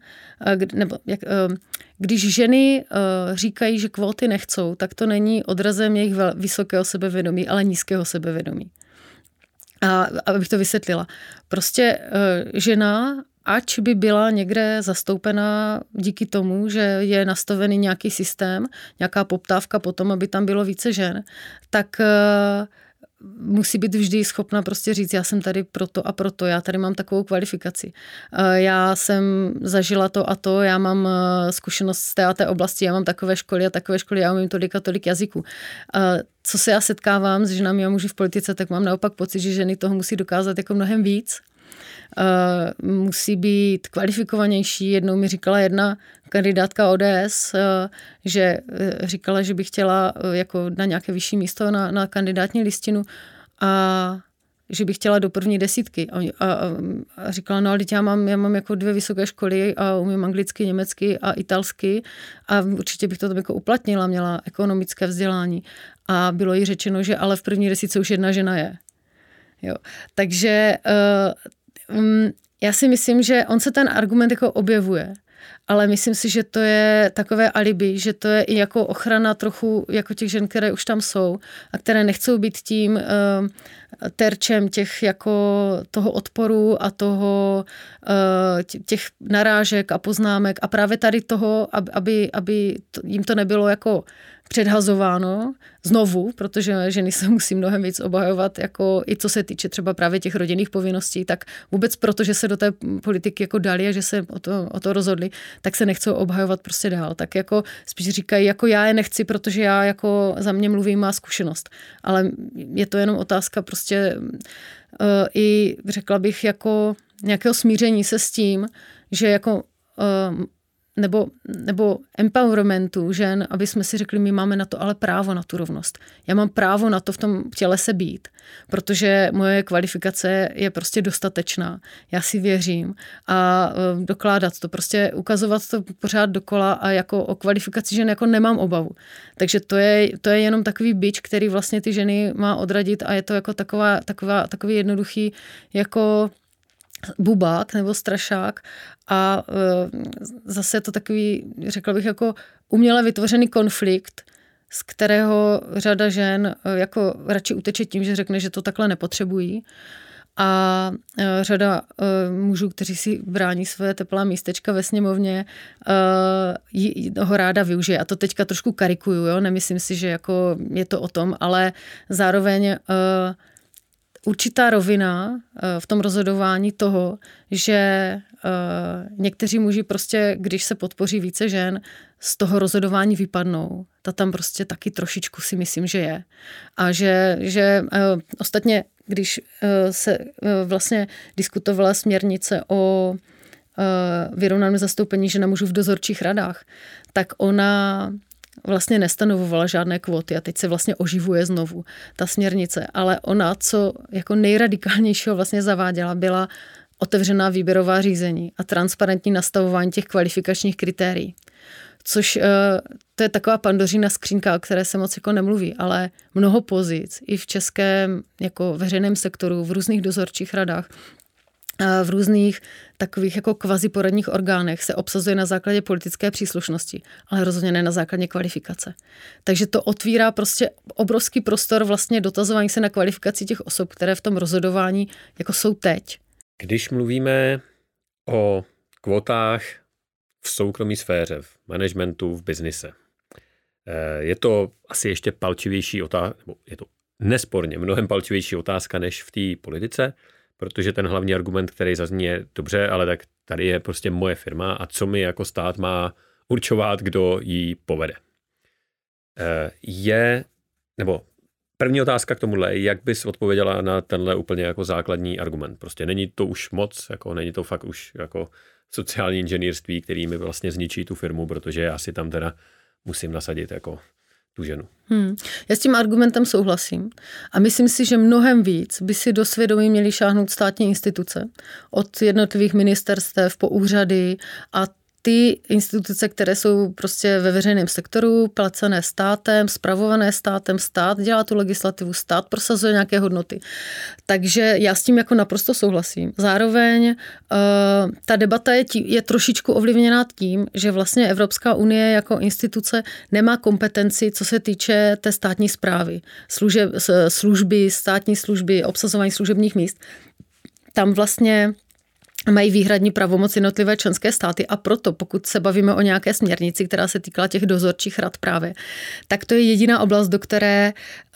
B: když ženy říkají, že kvóty nechcou, tak to není odrazem jejich vysokého sebevědomí, ale nízkého sebevědomí. A abych to vysvětlila. Prostě žena, ač by byla někde zastoupená díky tomu, že je nastavený nějaký systém, nějaká poptávka po tom, aby tam bylo více žen, tak musí být vždy schopna prostě říct, já jsem tady proto a proto, já tady mám takovou kvalifikaci. Já jsem zažila to a to, já mám zkušenost z té a té oblasti, já mám takové školy, já umím tolik a tolik jazyků. Co se já setkávám s ženami a muži v politice, tak mám naopak pocit, že ženy toho musí dokázat jako mnohem víc. Musí být kvalifikovanější. Jednou mi říkala jedna kandidátka ODS, že říkala, že by chtěla jako na nějaké vyšší místo na kandidátní listinu a že by chtěla do první desítky. A říkala, no ale já mám jako 2 vysoké školy a umím anglicky, německy a italsky a určitě bych to tam jako uplatnila, měla ekonomické vzdělání. A bylo jí řečeno, že ale v první desítce už jedna žena je. Jo. Takže já si myslím, že on se ten argument jako objevuje, ale myslím si, že to je takové alibi, že to je i jako ochrana trochu jako těch žen, které už tam jsou a které nechcou být tím terčem těch jako toho odporu a toho těch narážek a poznámek a právě tady toho, aby jim to nebylo jako předhazováno znovu, protože ženy se musí mnohem víc obhajovat, jako i co se týče třeba právě těch rodinných povinností, tak vůbec proto, že se do té politiky jako dali a že se o to rozhodli, tak se nechcou obhajovat prostě dál. Tak jako spíš říkají, jako já je nechci, protože já jako za mě mluvím, má zkušenost. Ale je to jenom otázka prostě i řekla bych jako nějakého smíření se s tím, že jako nebo empowermentu žen, aby jsme si řekli, my máme na to ale právo na tu rovnost. Já mám právo na to v tom těle se být, protože moje kvalifikace je prostě dostatečná. Já si věřím a dokládat to, prostě ukazovat to pořád dokola a jako o kvalifikaci žen jako nemám obavu. Takže to je jenom takový bič, který vlastně ty ženy má odradit a je to jako takový jednoduchý jako bubák nebo strašák a zase je to takový, řekla bych, jako uměle vytvořený konflikt, z kterého řada žen jako radši uteče tím, že řekne, že to takhle nepotřebují. A řada mužů, kteří si brání své teplá místečka ve sněmovně, ho ráda využije. A to teďka trošku karikuju, jo? Nemyslím si, že jako je to o tom, ale zároveň určitá rovina v tom rozhodování toho, že někteří muži prostě, když se podpoří více žen, z toho rozhodování vypadnou. Ta tam prostě taky trošičku si myslím, že je. A že ostatně, když se vlastně diskutovala směrnice o vyrovnaném zastoupení žen a mužů v dozorčích radách, tak ona vlastně nestanovovala žádné kvóty a teď se vlastně oživuje znovu ta směrnice. Ale ona, co jako nejradikálnějšího vlastně zaváděla, byla otevřená výběrová řízení a transparentní nastavování těch kvalifikačních kritérií. což to je taková pandořina skřínka, o které se moc jako nemluví, ale mnoho pozic i v českém jako veřejném sektoru, v různých dozorčích radách, v různých takových jako kvaziporadních orgánech se obsazuje na základě politické příslušnosti, ale rozhodně ne na základě kvalifikace. Takže to otvírá prostě obrovský prostor vlastně dotazování se na kvalifikaci těch osob, které v tom rozhodování jako jsou teď.
A: Když mluvíme o kvotách v soukromé sféře, v managementu, v biznise, je to asi ještě palčivější otázka, nebo je to nesporně mnohem palčivější otázka než v té politice, protože ten hlavní argument, který zazní, je dobře, ale tak tady je prostě moje firma a co mi jako stát má určovat, kdo ji povede. První otázka k tomuhle, jak bys odpověděla na tenhle úplně jako základní argument? Prostě není to už moc, jako není to fakt už jako sociální inženýrství, který mi vlastně zničí tu firmu, protože já si tam teda musím nasadit jako tu ženu.
B: Já s tím argumentem souhlasím a myslím si, že mnohem víc by si do svědomí měly šáhnout státní instituce od jednotlivých ministerstev po úřady a ty instituce, které jsou prostě ve veřejném sektoru, placené státem, spravované státem, stát dělá tu legislativu, stát prosazuje nějaké hodnoty. Takže já s tím jako naprosto souhlasím. Zároveň ta debata je trošičku ovlivněná tím, že vlastně Evropská unie jako instituce nemá kompetenci, co se týče té státní správy, služby, státní služby, obsazování služebních míst. Tam vlastně mají výhradní pravomoc jednotlivé členské státy a proto, pokud se bavíme o nějaké směrnici, která se týkala těch dozorčích rad právě, tak to je jediná oblast, do které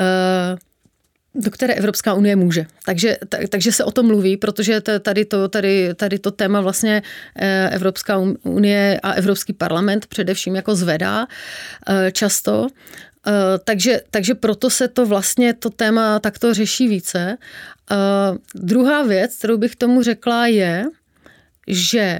B: Evropská unie může. Takže se o tom mluví, protože tady to téma vlastně Evropská unie a Evropský parlament především jako zvedá často. Takže proto se to vlastně to téma takto řeší více. Druhá věc, kterou bych tomu řekla, je, že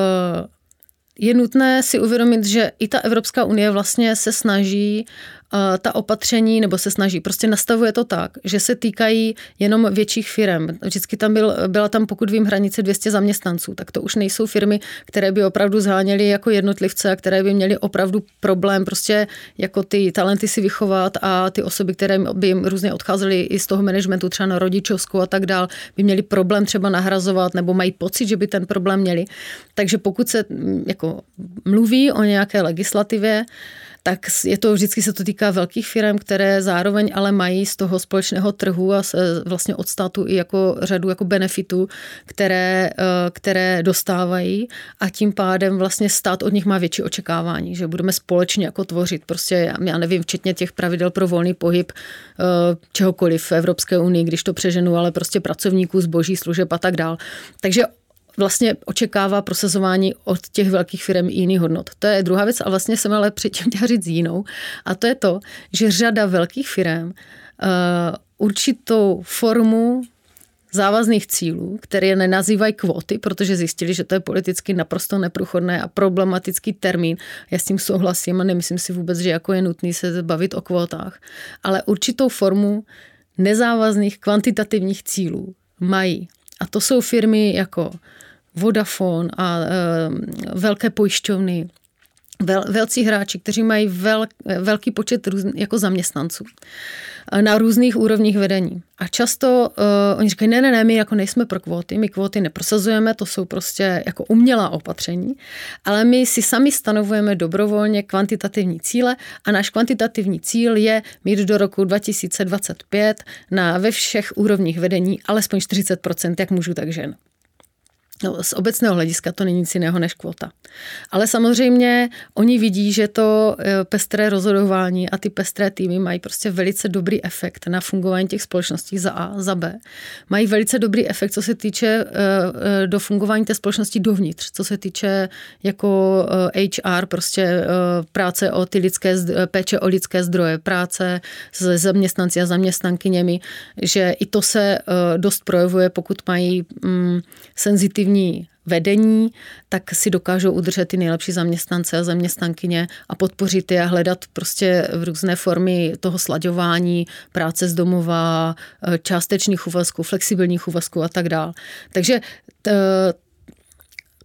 B: je nutné si uvědomit, že i ta Evropská unie vlastně se snaží ta opatření, nebo se snaží, prostě nastavuje to tak, že se týkají jenom větších firem. Vždycky tam byla tam, pokud vím, hranice 200 zaměstnanců, tak to už nejsou firmy, které by opravdu zháněly jako jednotlivce a které by měly opravdu problém prostě jako ty talenty si vychovat a ty osoby, které by jim různě odcházely i z toho managementu, třeba na rodičovskou a tak dál, by měly problém třeba nahrazovat nebo mají pocit, že by ten problém měli. Takže pokud se jako mluví o nějaké legislativě, tak vždycky se to týká velkých firm, které zároveň ale mají z toho společného trhu a vlastně od státu i jako řadu jako benefitů, které dostávají a tím pádem vlastně stát od nich má větší očekávání, že budeme společně jako tvořit prostě, já nevím, včetně těch pravidel pro volný pohyb čehokoliv v Evropské unii, když to přeženu, ale prostě pracovníků, zboží, služeb a tak dál. Takže vlastně očekává prosazování od těch velkých firm i jiných hodnot. To je druhá věc a vlastně jsem ale předtím chtěla říct jinou. A to je to, že řada velkých firm určitou formu závazných cílů, které nenazývají kvóty, protože zjistili, že to je politicky naprosto neprůchodné a problematický termín. Já s tím souhlasím a nemyslím si vůbec, že jako je nutný se bavit o kvótách. Ale určitou formu nezávazných kvantitativních cílů mají. A to jsou firmy jako Vodafone a velké pojišťovny, velcí hráči, kteří mají velký počet jako zaměstnanců na různých úrovních vedení. A často oni říkají, ne, my jako nejsme pro kvóty, my kvóty neprosazujeme, to jsou prostě jako umělá opatření, ale my si sami stanovujeme dobrovolně kvantitativní cíle a náš kvantitativní cíl je mít do roku 2025 ve všech úrovních vedení alespoň 40%, jak mužů, tak žen. No, z obecného hlediska to není nic jiného než kvota. Ale samozřejmě oni vidí, že to pestré rozhodování a ty pestré týmy mají prostě velice dobrý efekt na fungování těch společností za A, za B. Mají velice dobrý efekt, co se týče do fungování té společnosti dovnitř, co se týče jako HR, prostě práce o ty péče o lidské zdroje, práce s zaměstnanci a zaměstnankyněmi, že i to se dost projevuje, pokud mají senzitivní vedení, tak si dokážou udržet ty nejlepší zaměstnance a zaměstnankyně a podpořit je a hledat prostě v různé formy toho slaďování, práce z domova, částečných úvazků, flexibilních úvazků a tak dál. Takže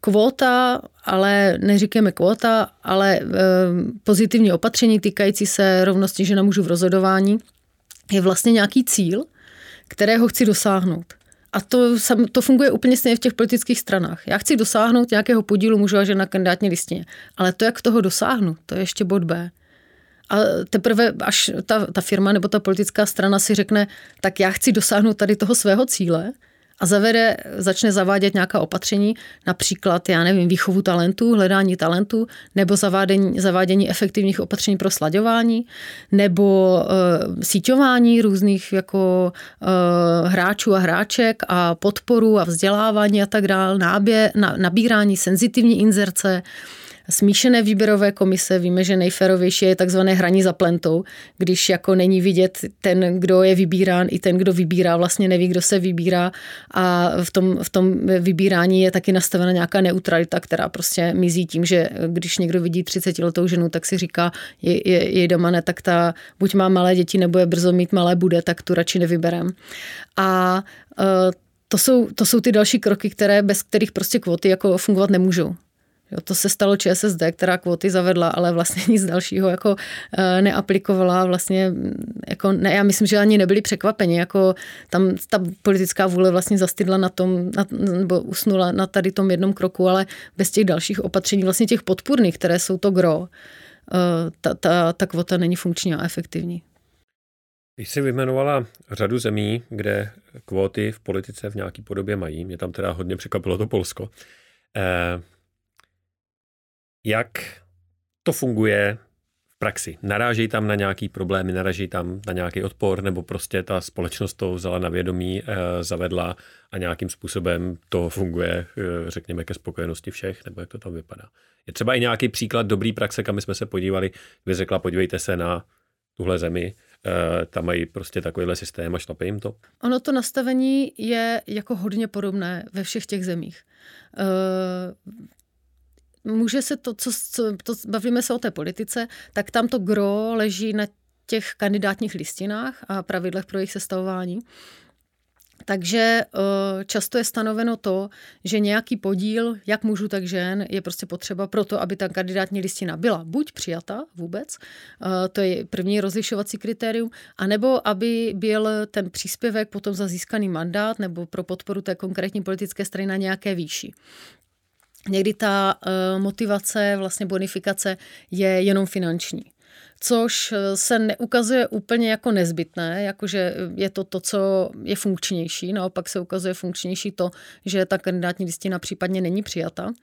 B: kvóta, ale neříkáme kvóta, ale pozitivní opatření týkající se rovnosti žen a mužů v rozhodování je vlastně nějaký cíl, kterého chci dosáhnout. A to funguje úplně stejně v těch politických stranách. Já chci dosáhnout nějakého podílu mužů a žen na kandidátní listině, ale to, jak toho dosáhnu, to je ještě bod B. A teprve až ta firma nebo ta politická strana si řekne, tak já chci dosáhnout tady toho svého cíle a začne zavádět nějaká opatření, například, já nevím, výchovu talentů, hledání talentů, nebo zavádění efektivních opatření pro slaďování, nebo síťování různých jako hráčů a hráček a podporu a vzdělávání a tak dále, nabírání, senzitivní inzerce, smíšené výběrové komise. Víme, že nejférovější je takzvané hraní za plentou, když jako není vidět ten, kdo je vybírán, i ten, kdo vybírá, vlastně neví, kdo se vybírá a v tom vybírání je taky nastavena nějaká neutralita, která prostě mizí tím, že když někdo vidí 30letou ženu, tak si říká, je doma ne, tak ta buď má malé děti, nebo je brzo mít malé bude, tak tu radši nevyberem. A to jsou ty další kroky, bez kterých prostě kvóty jako fungovat nemůžou. Jo, to se stalo ČSSD, která kvóty zavedla, ale vlastně nic dalšího jako neaplikovala. Vlastně jako ne, já myslím, že ani nebyli překvapeni. Jako tam ta politická vůle vlastně zastydla nebo usnula na tady tom jednom kroku, ale bez těch dalších opatření, vlastně těch podpůrných, které jsou to gro, ta kvota není funkční a efektivní.
A: Když jsi vyjmenovala řadu zemí, kde kvóty v politice v nějaké podobě mají, mě tam teda hodně překvapilo to Polsko. Jak to funguje v praxi? Narážejí tam na nějaký problémy, narážejí tam na nějaký odpor, nebo prostě ta společnost to vzala na vědomí, zavedla a nějakým způsobem to funguje, řekněme, ke spokojenosti všech, nebo jak to tam vypadá? Je třeba i nějaký příklad dobrý praxe, kam jsme se podívali, by řekla, podívejte se na tuhle zemi, tam mají prostě takovýhle systém a šlape jim to?
B: Ono to nastavení je jako hodně podobné ve všech těch zemích. Může se bavíme se o té politice, tak tam to gro leží na těch kandidátních listinách a pravidlech pro jejich sestavování. Takže často je stanoveno to, že nějaký podíl, jak mužů, tak žen, je prostě potřeba pro to, aby ta kandidátní listina byla buď přijata vůbec, to je první rozlišovací kritérium, anebo aby byl ten příspěvek potom za získaný mandát nebo pro podporu té konkrétní politické strany na nějaké výši. Někdy ta motivace, vlastně bonifikace je jenom finanční. Což se neukazuje úplně jako nezbytné, jakože je to, co je funkčnější. Naopak se ukazuje funkčnější to, že ta kandidátní listina případně není přijata.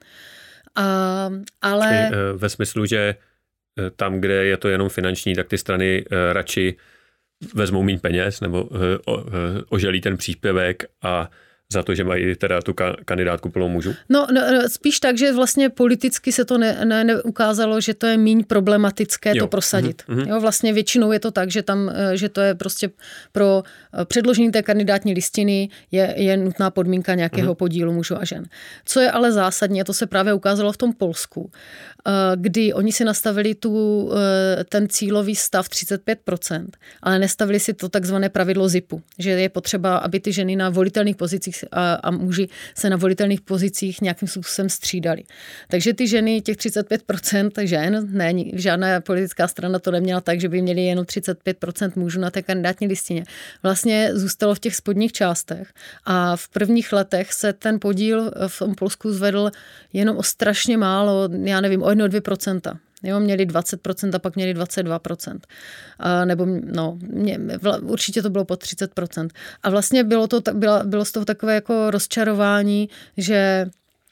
B: Ale
A: ve smyslu, že tam, kde je to jenom finanční, tak ty strany radši vezmou méně peněz nebo oželí ten příspěvek a za to, že mají teda tu kandidátku plnou mužů?
B: No, spíš tak, že vlastně politicky se to neukázalo, že to je míň problematické to prosadit. Jo, vlastně většinou je to tak, že to je prostě pro předložení té kandidátní listiny je nutná podmínka nějakého podílu mužů a žen. Co je ale zásadní, a to se právě ukázalo v tom Polsku, kdy oni si nastavili ten cílový stav 35%, ale nestavili si to takzvané pravidlo ZIPu, že je potřeba, aby ty ženy na volitelných pozicích a muži se na volitelných pozicích nějakým způsobem střídali. Takže ty ženy, těch 35% žen, ne, žádná politická strana to neměla tak, že by měli jenom 35% mužů na té kandidátní listině. Vlastně zůstalo v těch spodních částech a v prvních letech se ten podíl v tom Polsku zvedl jenom o strašně málo, já nevím, o 1-2%. Jo, měli 20% a pak měli 22%. Nebo určitě to bylo pod 30%. A vlastně bylo z toho takové jako rozčarování, že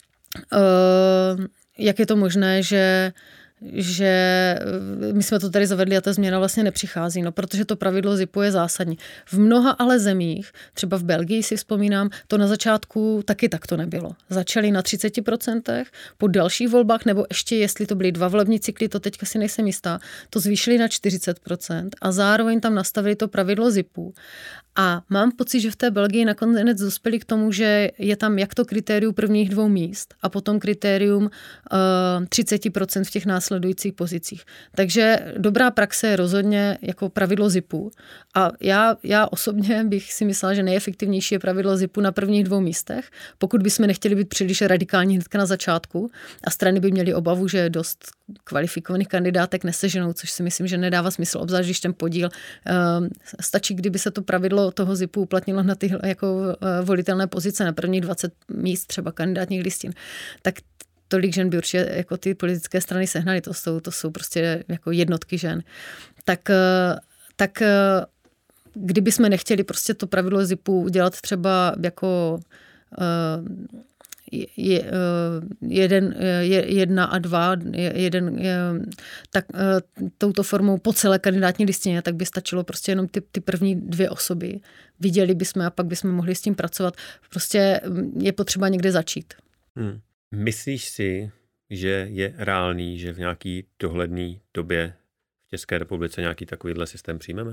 B: jak je to možné, že my jsme to tady zavedli a ta změna vlastně nepřichází, protože to pravidlo ZIPu je zásadní. V mnoha ale zemích, třeba v Belgii si vzpomínám, to na začátku taky tak to nebylo. Začali na 30%, po dalších volbách, nebo ještě jestli to byly 2 volební cykly, to teďka si nejsem jistá, to zvýšili na 40% a zároveň tam nastavili to pravidlo ZIPu. A mám pocit, že v té Belgii nakonec dospěli k tomu, že je tam jak to kritérium prvních 2 míst a potom kritérium 30% v těch následujících pozicích. Takže dobrá praxe je rozhodně jako pravidlo zipu. A já osobně bych si myslela, že nejefektivnější je pravidlo zipu na prvních 2 místech, pokud bychom nechtěli být příliš radikální hnedka na začátku a strany by měly obavu, že dost kvalifikovaných kandidátek neseženou, což si myslím, že nedává smysl, obzvlášť když ten podíl stačí, kdyby se to pravidlo toho zipu uplatnilo na ty jako volitelné pozice na prvních 20 míst třeba kandidátních listin. Tak tolik žen by určitě jako ty politické strany sehnaly, to jsou prostě jako jednotky žen. Tak kdyby jsme nechtěli prostě to pravidlo zipu udělat třeba jako 1 a 2, tak touto formou po celé kandidátní listině, tak by stačilo prostě jenom ty první 2 osoby. Viděli bychom a pak bychom mohli s tím pracovat. Prostě je potřeba někde začít.
A: Myslíš si, že je reálný, že v nějaký dohledné době v České republice nějaký takovýhle systém přijmeme?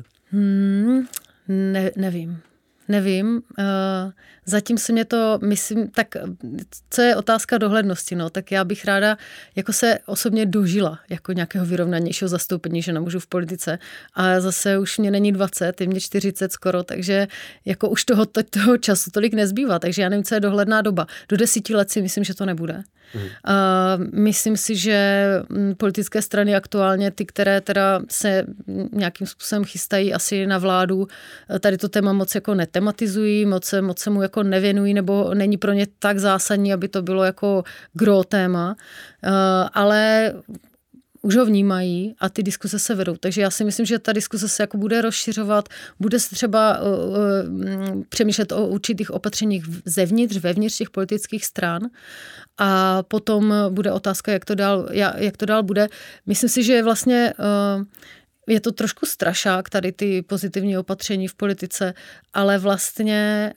B: Nevím. Zatím se mě to, myslím, tak co je otázka dohlednosti, no, tak já bych ráda jako se osobně dožila jako nějakého vyrovnanějšího zastoupení žen a mužů v politice. A zase už mě není 20, je mě 40 skoro, takže jako už toho času tolik nezbývá, takže já nevím, co je dohledná doba. Do 10 let si myslím, že to nebude. Myslím si, že politické strany aktuálně, ty, které teda se nějakým způsobem chystají asi na vládu, tady to téma moc jako netematizují, moc se mu jako nevěnují, nebo není pro ně tak zásadní, aby to bylo jako gro téma, ale už ho vnímají a ty diskuse se vedou. Takže já si myslím, že ta diskuse se jako bude rozšiřovat, bude se třeba přemýšlet o určitých opatřeních vevnitř těch politických stran a potom bude otázka, jak to dál bude. Myslím si, že vlastně je to trošku strašák, tady ty pozitivní opatření v politice, ale vlastně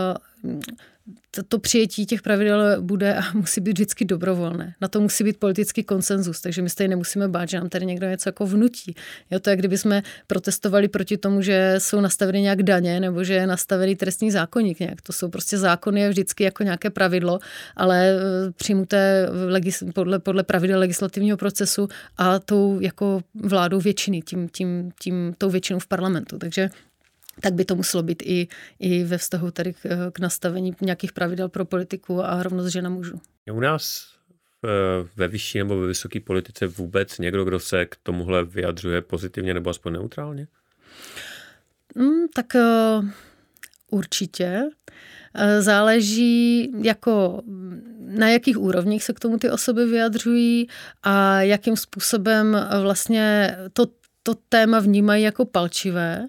B: to přijetí těch pravidel bude a musí být vždycky dobrovolné. Na to musí být politický konsenzus, takže my se tady nemusíme bát, že nám tady někdo něco jako vnutí. Jo, to je, kdyby jsme protestovali proti tomu, že jsou nastaveny nějak daně nebo že je nastavený trestní zákoník nějak. To jsou prostě zákony vždycky jako nějaké pravidlo, ale přijmuté podle pravidel legislativního procesu a tou jako vládou většiny, tou většinou v parlamentu. Takže tak by to muselo být i ve vztahu tady k nastavení nějakých pravidel pro politiku a rovnost žen a mužů.
A: Je u nás ve vyšší nebo ve vysoké politice vůbec někdo, kdo se k tomuhle vyjadřuje pozitivně nebo aspoň neutrálně?
B: Tak určitě. Záleží jako na jakých úrovních se k tomu ty osoby vyjadřují a jakým způsobem vlastně to téma vnímají jako palčivé.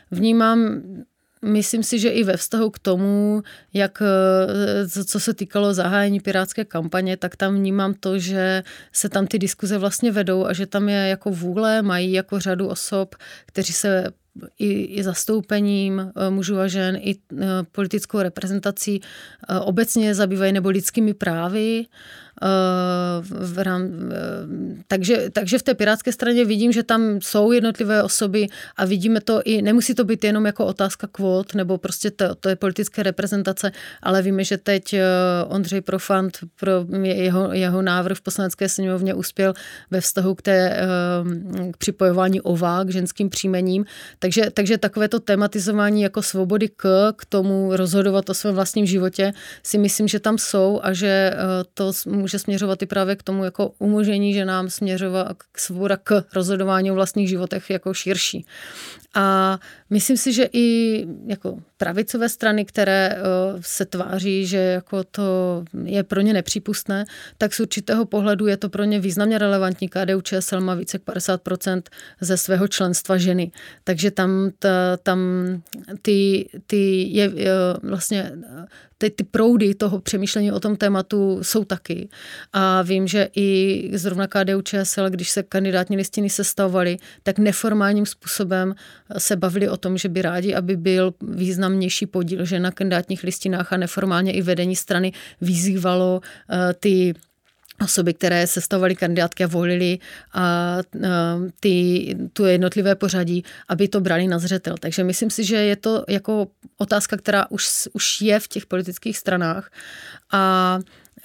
B: Myslím si, že i ve vztahu k tomu, co se týkalo zahájení pirátské kampaně, tak tam vnímám to, že se tam ty diskuze vlastně vedou a že tam je jako vůle, mají jako řadu osob, kteří se i zastoupením mužů a žen, i politickou reprezentací obecně zabývají nebo lidskými právy. Takže v té pirátské straně vidím, že tam jsou jednotlivé osoby a vidíme to i, nemusí to být jenom jako otázka kvót, nebo prostě to je politické reprezentace, ale víme, že teď Ondřej Profant pro jeho návrh v poslanecké sněmovně uspěl ve vztahu k připojování OVA, k ženským příjmením. Takže takovéto tematizování jako svobody k tomu rozhodovat o svém vlastním životě si myslím, že tam jsou a že to může směřovat i právě k tomu jako umožnění, že nám směřovat svoboda k rozhodování o vlastních životech jako širší. A myslím si, že i jako pravicové strany, které se tváří, že jako to je pro ně nepřípustné, tak z určitého pohledu je to pro ně významně relevantní. KDU-ČSL má více jak 50% ze svého členstva ženy. Takže tam ty proudy toho přemýšlení o tom tématu jsou taky. A vím, že i zrovna KDU-ČSL, když se kandidátní listiny sestavovaly, tak neformálním způsobem se bavili o tom, že by rádi, aby byl významnější podíl žen na kandidátních listinách a neformálně i vedení strany vyzývalo ty osoby, které sestavovaly kandidátky a volili tu jednotlivé pořadí, aby to brali na zřetel. Takže myslím si, že je to jako otázka, která už je v těch politických stranách a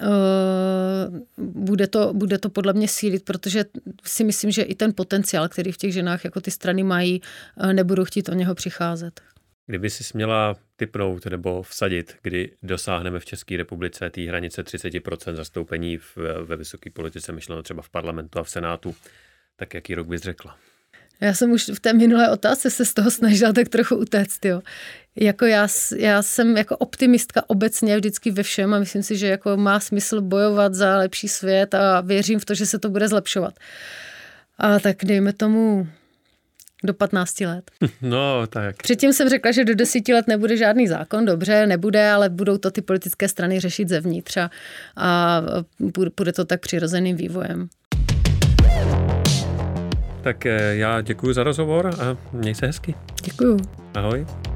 B: bude to podle mě sílit, protože si myslím, že i ten potenciál, který v těch ženách jako ty strany mají, nebudou chtít o něho přicházet.
A: Kdyby si směla tipnout nebo vsadit, kdy dosáhneme v České republice té hranice 30% zastoupení ve vysoké politice, myšleno třeba v parlamentu a v senátu, tak jaký rok bys řekla?
B: Já jsem už v té minulé otázce se z toho snažila tak trochu utéct, jo. Jako já jsem jako optimistka obecně vždycky ve všem a myslím si, že jako má smysl bojovat za lepší svět a věřím v to, že se to bude zlepšovat. A tak dejme tomu do 15 let.
A: No, tak.
B: Předtím jsem řekla, že do 10 let nebude žádný zákon, dobře, nebude, ale budou to ty politické strany řešit zevnitř a bude to tak přirozeným vývojem.
A: Tak já děkuji za rozhovor a měj se hezky.
B: Děkuju.
A: Ahoj.